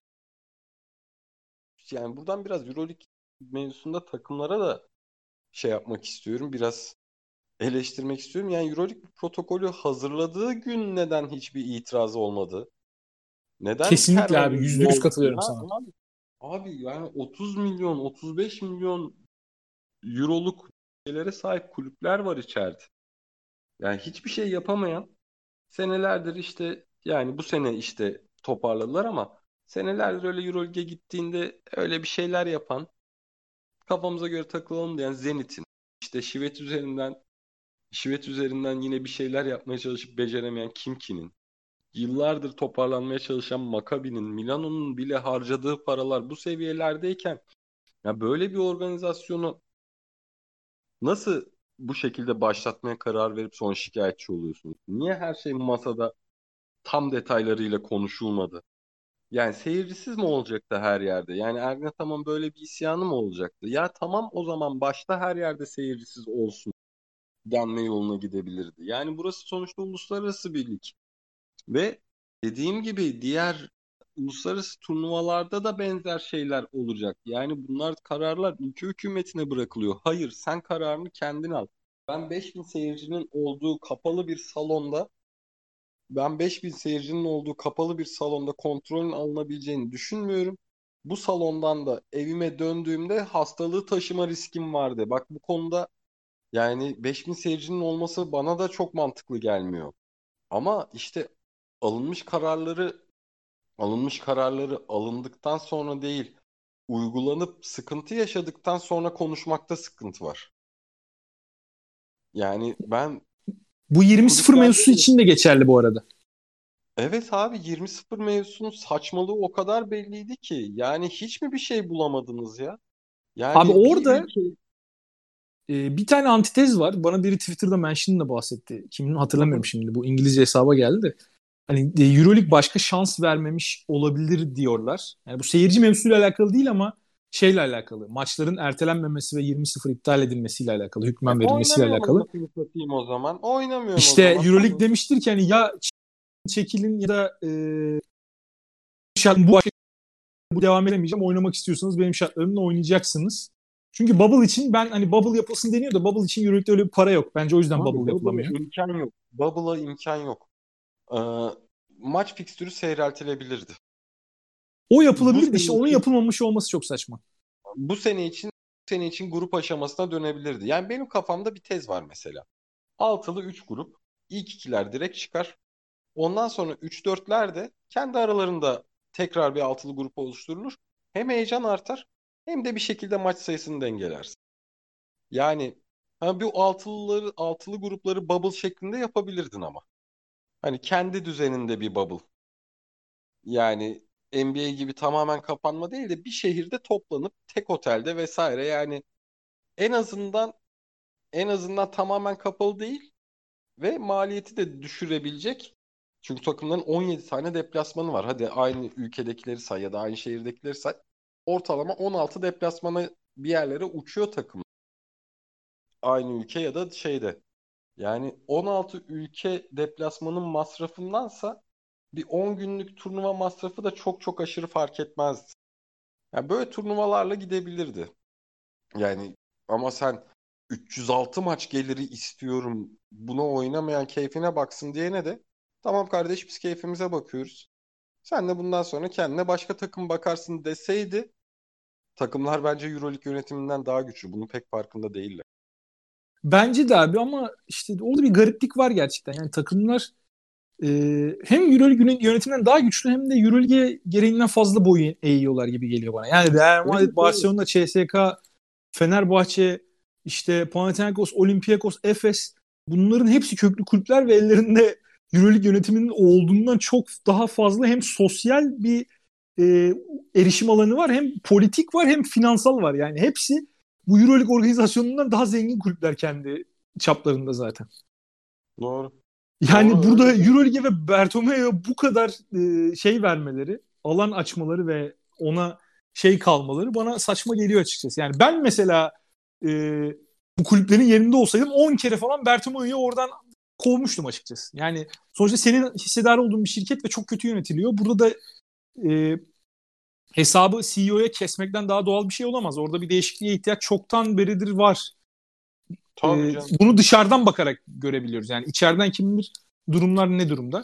buradan biraz EuroLeague mevzusunda takımlara da yapmak istiyorum. Biraz eleştirmek istiyorum. Yani EuroLeague protokolü hazırladığı gün neden hiçbir itiraz olmadı? Neden Kesinlikle abi, Kervan'ın %100 yol katılıyorum ya sana. abi yani 30 milyon 35 milyon euroluk şeylere sahip kulüpler var içeride. Yani hiçbir şey yapamayan senelerdir işte yani bu sene işte toparladılar ama senelerdir öyle EuroLeague'e gittiğinde öyle bir şeyler yapan kafamıza göre takılalım diyen Zenit'in işte Şivet üzerinden Şivet üzerinden yine bir şeyler yapmaya çalışıp beceremeyen Kimki'nin, yıllardır toparlanmaya çalışan Maccabi'nin, Milano'nun bile harcadığı paralar bu seviyelerdeyken ya böyle bir organizasyonu nasıl bu şekilde başlatmaya karar verip sonra şikayetçi oluyorsunuz? Niye her şey masada tam detaylarıyla konuşulmadı? Yani seyircisiz mi olacaktı her yerde? Yani Ergin Ataman böyle bir isyanı mı olacaktı? Ya tamam, o zaman başta her yerde seyircisiz olsun denme yoluna gidebilirdi. Yani burası sonuçta uluslararası bir lig. Ve dediğim gibi diğer uluslararası turnuvalarda da benzer şeyler olacak. Yani bunlar kararlar ülke hükümetine bırakılıyor. Hayır, sen kararını kendin al. Ben 5000 seyircinin olduğu kapalı bir salonda Ben 5000 seyircinin olduğu kapalı bir salonda kontrolün alınabileceğini düşünmüyorum. Bu salondan da evime döndüğümde hastalığı taşıma riskim vardı. Bak, bu konuda yani 5000 seyircinin olması bana da çok mantıklı gelmiyor. Ama işte alınmış kararları alındıktan sonra değil, uygulanıp sıkıntı yaşadıktan sonra konuşmakta sıkıntı var. Yani ben Bu 20-0 kulüplerde mevzusu de için de geçerli bu arada. evet abi, 20-0 mevzusunun saçmalığı o kadar belliydi ki. Yani hiç mi bir şey bulamadınız ya? Abi Yani bir orada ülke... bir tane antitez var. Bana biri Twitter'da mention'la bahsetti. Kimin Hı hatırlamıyorum hı. şimdi. Bu İngilizce hesaba geldi de. Hani Euroleague başka şans vermemiş olabilir diyorlar. Yani bu seyirci mevzusuyla alakalı değil ama şeyle alakalı. Maçların ertelenmemesi ve 20-0 iptal edilmesiyle alakalı, hükmen verilmesiyle Oynamıyorum alakalı. anasını satayım o zaman. Oynamıyorum o İşte zaman. Euroleague Tamam. demiştir ki hani ya çekilin ya da bu bu devam edemeyeceğim. Oynamak istiyorsanız benim şartlarımla oynayacaksınız. Çünkü Bubble için ben hani Bubble yapılsın deniyor da Bubble için Euroleague'de öyle bir para yok. Bence o yüzden Abi Bubble Bubble'a yapılamıyor. imkan yok. Bubble'a imkan yok. Ee, maç fikstürü seyreltilebilirdi. O Bu yapılabilirdi işte sene onun için yapılmamış olması çok saçma. bu sene için grup aşamasına dönebilirdi. Yani benim kafamda bir tez var mesela. Altılı 3 grup. İlk ikiler direkt çıkar. Ondan sonra 3-4'ler de kendi aralarında tekrar bir altılı grup oluşturulur. Hem heyecan artar hem de bir şekilde maç sayısını dengelersin. Yani bu altılı grupları bubble şeklinde yapabilirdin ama. Hani kendi düzeninde bir bubble. Yani NBA gibi tamamen kapanma değil de bir şehirde toplanıp tek otelde vesaire, yani en azından tamamen kapalı değil ve maliyeti de düşürebilecek. Çünkü takımların 17 tane deplasmanı var. Hadi aynı ülkedekileri say ya da aynı şehirdekileri say. Ortalama 16 deplasmana bir yerlere uçuyor takım. Aynı ülke ya da şeyde. Yani 16 ülke deplasmanın masrafındansa bir 10 günlük turnuva masrafı da çok çok aşırı fark etmezdi. Yani böyle turnuvalarla gidebilirdi. Yani ama sen 306 maç geliri istiyorum, buna oynamayan keyfine baksın diyene de tamam kardeş, biz keyfimize bakıyoruz. Sen de bundan sonra kendine başka takım bakarsın deseydi, takımlar bence EuroLeague yönetiminden daha güçlü. Bunun pek farkında değiller. Bence de abi ama işte orada bir gariplik var gerçekten. Yani takımlar e, hem Euroleague yönetiminden daha güçlü hem de Euroleague'e gereğinden fazla boyun eğiyorlar gibi geliyor bana. Yani Real Evet, Madrid, evet. Barcelona, CSKA, Fenerbahçe, işte Panathinaikos, Olympiakos, Efes bunların hepsi köklü kulüpler ve ellerinde Euroleague yönetiminin olduğundan çok daha fazla hem sosyal bir e, erişim alanı var, hem politik var, hem finansal var. Yani hepsi bu Euroleague organizasyonundan daha zengin kulüpler kendi çaplarında zaten. Doğru. Yani Doğru, burada öyle de. Euroleague'e ve Bertomeo'ya bu kadar şey vermeleri, alan açmaları ve ona şey kalmaları bana saçma geliyor açıkçası. Yani ben mesela e, bu kulüplerin yerinde olsaydım 10 kere falan Bertomeo'yu oradan kovmuştum açıkçası. Yani sonuçta senin hissedar olduğun bir şirket ve çok kötü yönetiliyor. Burada da e, hesabı CEO'ya kesmekten daha doğal bir şey olamaz. Orada bir değişikliğe ihtiyaç çoktan beridir var. Tabii canım. Bunu dışarıdan bakarak görebiliyoruz. Yani içeriden kim bilir durumlar ne durumda.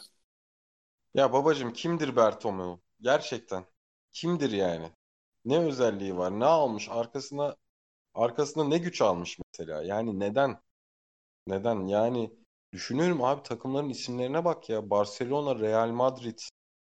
Ya babacığım, kimdir Bertomeu? Gerçekten. Kimdir yani? Ne özelliği var? Ne almış? Arkasına ne güç almış mesela? Yani neden? Neden? Yani düşünüyorum abi, takımların isimlerine bak ya. Barcelona, Real Madrid.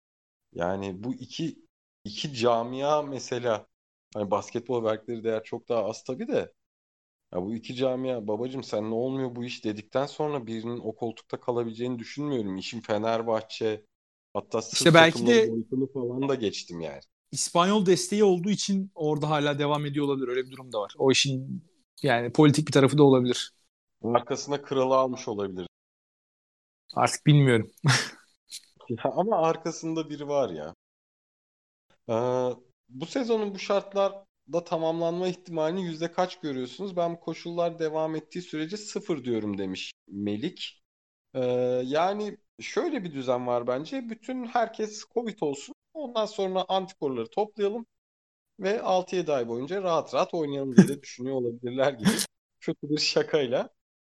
Yani bu iki camia mesela. Hani basketbol verdikleri değer çok daha az tabii de. Ya bu iki camia babacım sen ne olmuyor bu iş dedikten sonra birinin o koltukta kalabileceğini düşünmüyorum. İşin Fenerbahçe hatta İşte Sırp belki takımları de boyutunu falan da geçtim yani. İspanyol desteği olduğu için orada hala devam ediyor olabilir. Öyle bir durum da var. O işin yani politik bir tarafı da olabilir. Arkasına kralı almış olabilir. Artık bilmiyorum. Ya ama arkasında biri var ya. Ee, Bu sezonun bu şartlarda tamamlanma ihtimalini yüzde kaç görüyorsunuz? Ben bu koşullar devam ettiği sürece sıfır diyorum demiş Melik. Ee, Yani şöyle bir düzen var bence. Bütün herkes Covid olsun. Ondan sonra antikorları toplayalım ve 6-7 ay boyunca rahat rahat oynayalım diye de düşünüyor olabilirler gibi. Kötü bir şakayla.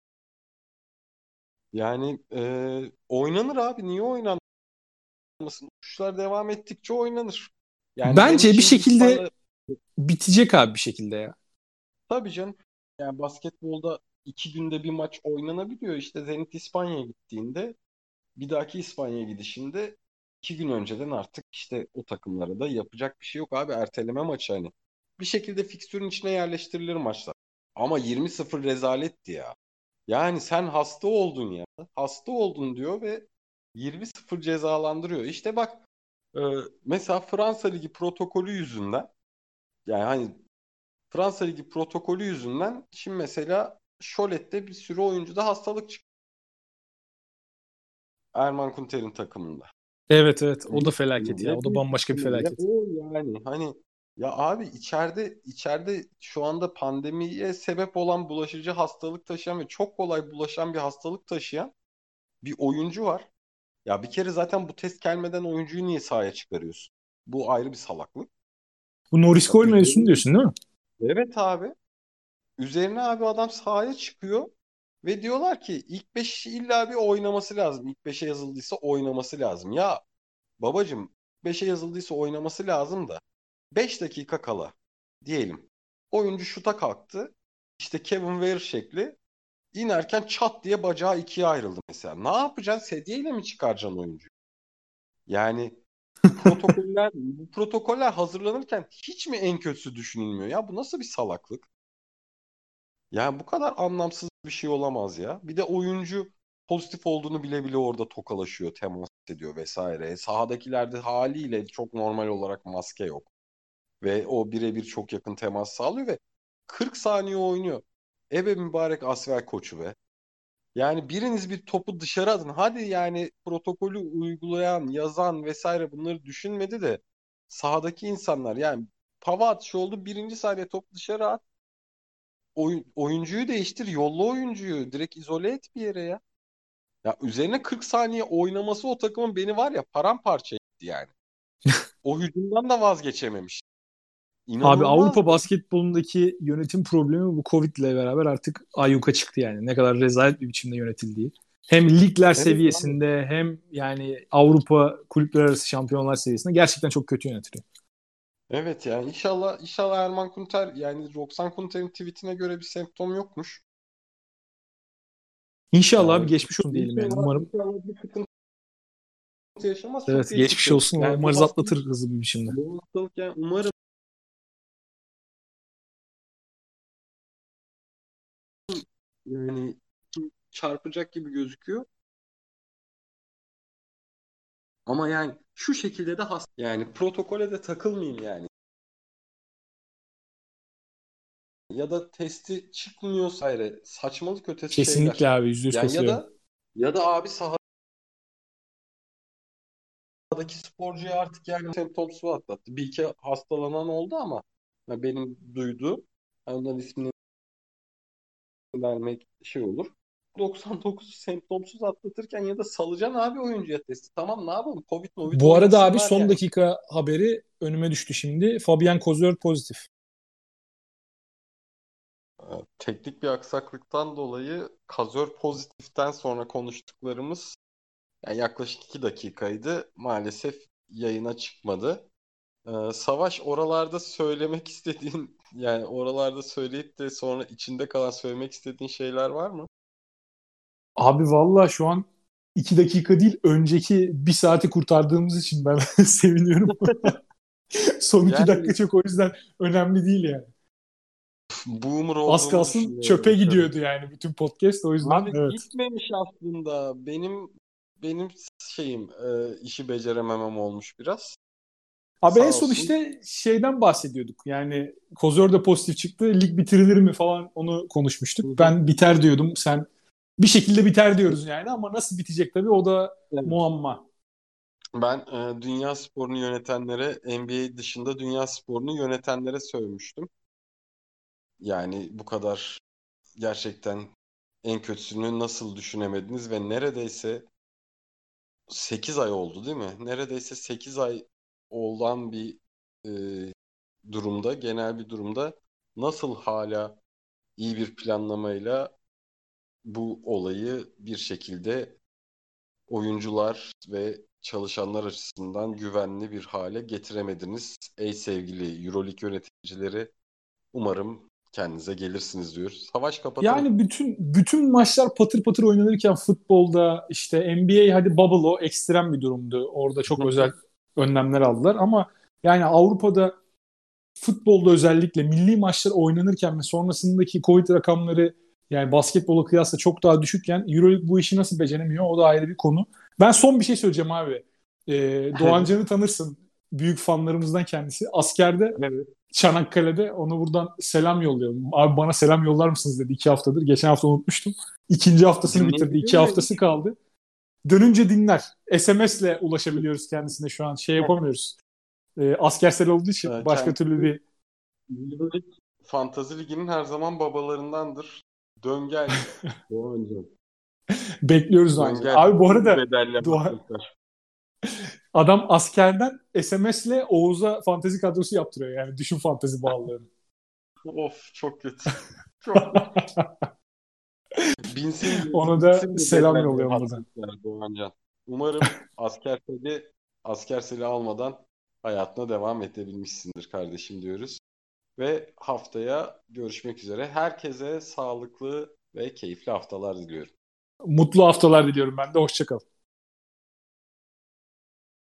Yani oynanır abi. Niye oynanmasın? Uçuşlar devam ettikçe oynanır. Yani Zenit Bence bir şimdi şekilde İspanya. bitecek abi bir şekilde ya. Tabii canım. Yani basketbolda 2 günde bir maç oynanabiliyor. İşte Zenit İspanya'ya gittiğinde bir dahaki İspanya'ya gidişinde 2 gün önceden artık işte o takımlara da yapacak bir şey yok abi. Erteleme maçı hani. Bir şekilde fikstürün içine yerleştirilir maçlar. Ama 20-0 rezaletti ya. Yani sen hasta oldun ya. Hasta oldun diyor ve 20-0 cezalandırıyor. İşte bak e, mesela Fransa Ligi protokolü yüzünden yani hani Fransa Ligi protokolü yüzünden şimdi mesela Cholet'te bir sürü oyuncuda hastalık çıktı. Erman Kunter'in takımında. Evet evet o da Büyük felaket ya. O ihtimalle, da büyük bambaşka bir ihtimalle felaket. o yani hani ya abi içeride şu anda pandemiye sebep olan bulaşıcı hastalık taşıyan ve çok kolay bulaşan bir hastalık taşıyan bir oyuncu var. Ya bir kere zaten bu test gelmeden oyuncuyu niye sahaya çıkarıyorsun? Bu ayrı bir salaklık. Bu Norris Ya Cole mevzusunu üzerine diyorsun değil mi? evet abi. Üzerine abi adam sahaya çıkıyor ve diyorlar ki ilk 5 illa bir oynaması lazım. İlk 5'e yazıldıysa oynaması lazım. Ya babacım 5'e yazıldıysa oynaması lazım da 5 dakika kala diyelim. Oyuncu şuta kalktı. İşte Kevin Weir şekli inerken çat diye bacağı ikiye ayrıldı mesela. Ne yapacaksın? Sedyeyle mi çıkaracaksın oyuncuyu? Yani bu protokoller hazırlanırken hiç mi en kötüsü düşünülmüyor? Ya bu nasıl bir salaklık? Yani bu kadar anlamsız bir şey olamaz ya. Bir de oyuncu pozitif olduğunu bile bile orada tokalaşıyor, temas ediyor vesaire. Sahadakilerde haliyle çok normal olarak maske yok. Ve o birebir çok yakın temas sağlıyor ve 40 saniye oynuyor. Ebe mübarek Asvel koçu be. Yani biriniz bir topu dışarı atın. Hadi yani protokolü uygulayan, yazan vesaire bunları düşünmedi de sahadaki insanlar yani pava atışı oldu. Birinci saniye top dışarı at. Oyuncuyu değiştir, yolla oyuncuyu. Direkt izole et bir yere ya. Ya üzerine 40 saniye oynaması o takımın beni var ya paramparça etti yani. O hücumdan da vazgeçememiş. Abi Avrupa İnanılmazdı. basketbolundaki yönetim problemi bu Covid ile beraber artık ayyuka çıktı yani. Ne kadar rezalet bir biçimde yönetildiği. Hem ligler Evet abi. seviyesinde hem yani Avrupa kulüpler arası şampiyonlar seviyesinde gerçekten çok kötü yönetiliyor. Evet yani inşallah Erman Kunter yani Roxan Kunter'in tweetine göre bir semptom yokmuş. İnşallah abi Yani geçmiş olsun diyelim yani. inşallah, Umarım inşallah bir sıkıntı yaşamaz. Çok evet geçmiş geçmiş olsun. olsun. Yani bu Umarız hastalık atlatır hızlı bir biçimde. bu hastalık yani umarım yani çarpacak gibi gözüküyor. Ama yani şu şekilde de hasta yani protokole de takılmayayım yani. Ya da testi çıkmıyorsa ayrı saçmalık ötesi şeyler. Kesinlikle abi %100 Yani ya katılıyorum. da ya da abi sahadaki sporcuya artık yani semptomsu atlattı. Bir iki hastalanan oldu ama ya benim duyduğum onların ismini vermek şey olur. 99 semptomsuz atlatırken ya da salacaksın abi oyuncuya testi. Tamam ne yapalım? Covid Bu arada abi oynasınlar son yani. dakika haberi önüme düştü şimdi. Fabian Kozor pozitif. Teknik bir aksaklıktan dolayı kazör pozitiften sonra konuştuklarımız yani yaklaşık 2 dakikaydı. Maalesef yayına çıkmadı. Savaş oralarda söylemek istediğin yani oralarda söyleyip de sonra içinde kalan söylemek istediğin şeyler var mı? Abi valla şu an 2 dakika değil önceki bir saati kurtardığımız için ben seviniyorum. Son 2 dakika Yani çok o yüzden önemli değil yani. boomer Az olduğumu kalsın düşünüyorum çöpe şu an. gidiyordu yani bütün podcast, o yüzden Abi evet. gitmemiş aslında. Benim şeyim işi becerememem olmuş biraz. Abi en Sağ son olsun. işte şeyden bahsediyorduk. Yani Kozor da pozitif çıktı. Lig bitirilir mi falan, onu Hı konuşmuştuk. hı. Ben biter diyordum. Sen bir şekilde biter diyoruz yani, ama nasıl bitecek tabii, o da Evet. muamma. Ben dünya sporunu yönetenlere, NBA dışında dünya sporunu yönetenlere sövmüştüm. Yani bu kadar gerçekten en kötüsünü nasıl düşünemediniz ve neredeyse 8 ay oldu değil mi? Neredeyse 8 ay olan bir e, durumda, genel bir durumda nasıl hala iyi bir planlamayla bu olayı bir şekilde oyuncular ve çalışanlar açısından güvenli bir hale getiremediniz. Ey sevgili EuroLeague yöneticileri, umarım kendinize gelirsiniz diyoruz. Savaş kapatalım. Yani bütün maçlar patır patır oynanırken futbolda, işte NBA hadi bubble, o ekstrem bir durumdu. Orada çok özel önlemler aldılar, ama yani Avrupa'da futbolda özellikle milli maçlar oynanırken ve sonrasındaki Covid rakamları yani basketbola kıyasla çok daha düşükken EuroLeague bu işi nasıl beceremiyor, o da ayrı bir konu. Ben son bir şey söyleyeceğim abi. Doğan Can'ı tanırsın. Büyük fanlarımızdan kendisi. Askerde Evet. Çanakkale'de, ona buradan selam yolluyorum. Abi bana selam yollar mısınız dedi 2 haftadır. Geçen hafta unutmuştum. İkinci haftasını bitirdi. Dinleyebiliyor 2 haftası muyum? kaldı. Dönünce dinler. SMS'le ulaşabiliyoruz kendisine şu an. Şey yapamıyoruz. Askersel olduğu için başka türlü Kendisi bir EuroLeague Fantasy Ligi'nin her zaman babalarındandır. Dön gel. Doğancan. bekliyoruz Dön Doğancı. gel. Abi bu Bütün bu arada bedeller arkadaşlar. adam askerden SMS'le Oğuz'a fantezi kadrosu yaptırıyor. Yani düşün fantezi bağlılığını. Of çok kötü. Çok kötü. Binsin, Ona da bitsin bu selam bedelli yolluyorum buradan. hasretler Doğancan. Umarım asker seni almadan hayatına devam edebilmişsindir kardeşim diyoruz. Ve haftaya görüşmek üzere. Herkese sağlıklı ve keyifli haftalar diliyorum. Mutlu haftalar diliyorum ben de. Hoşça kal.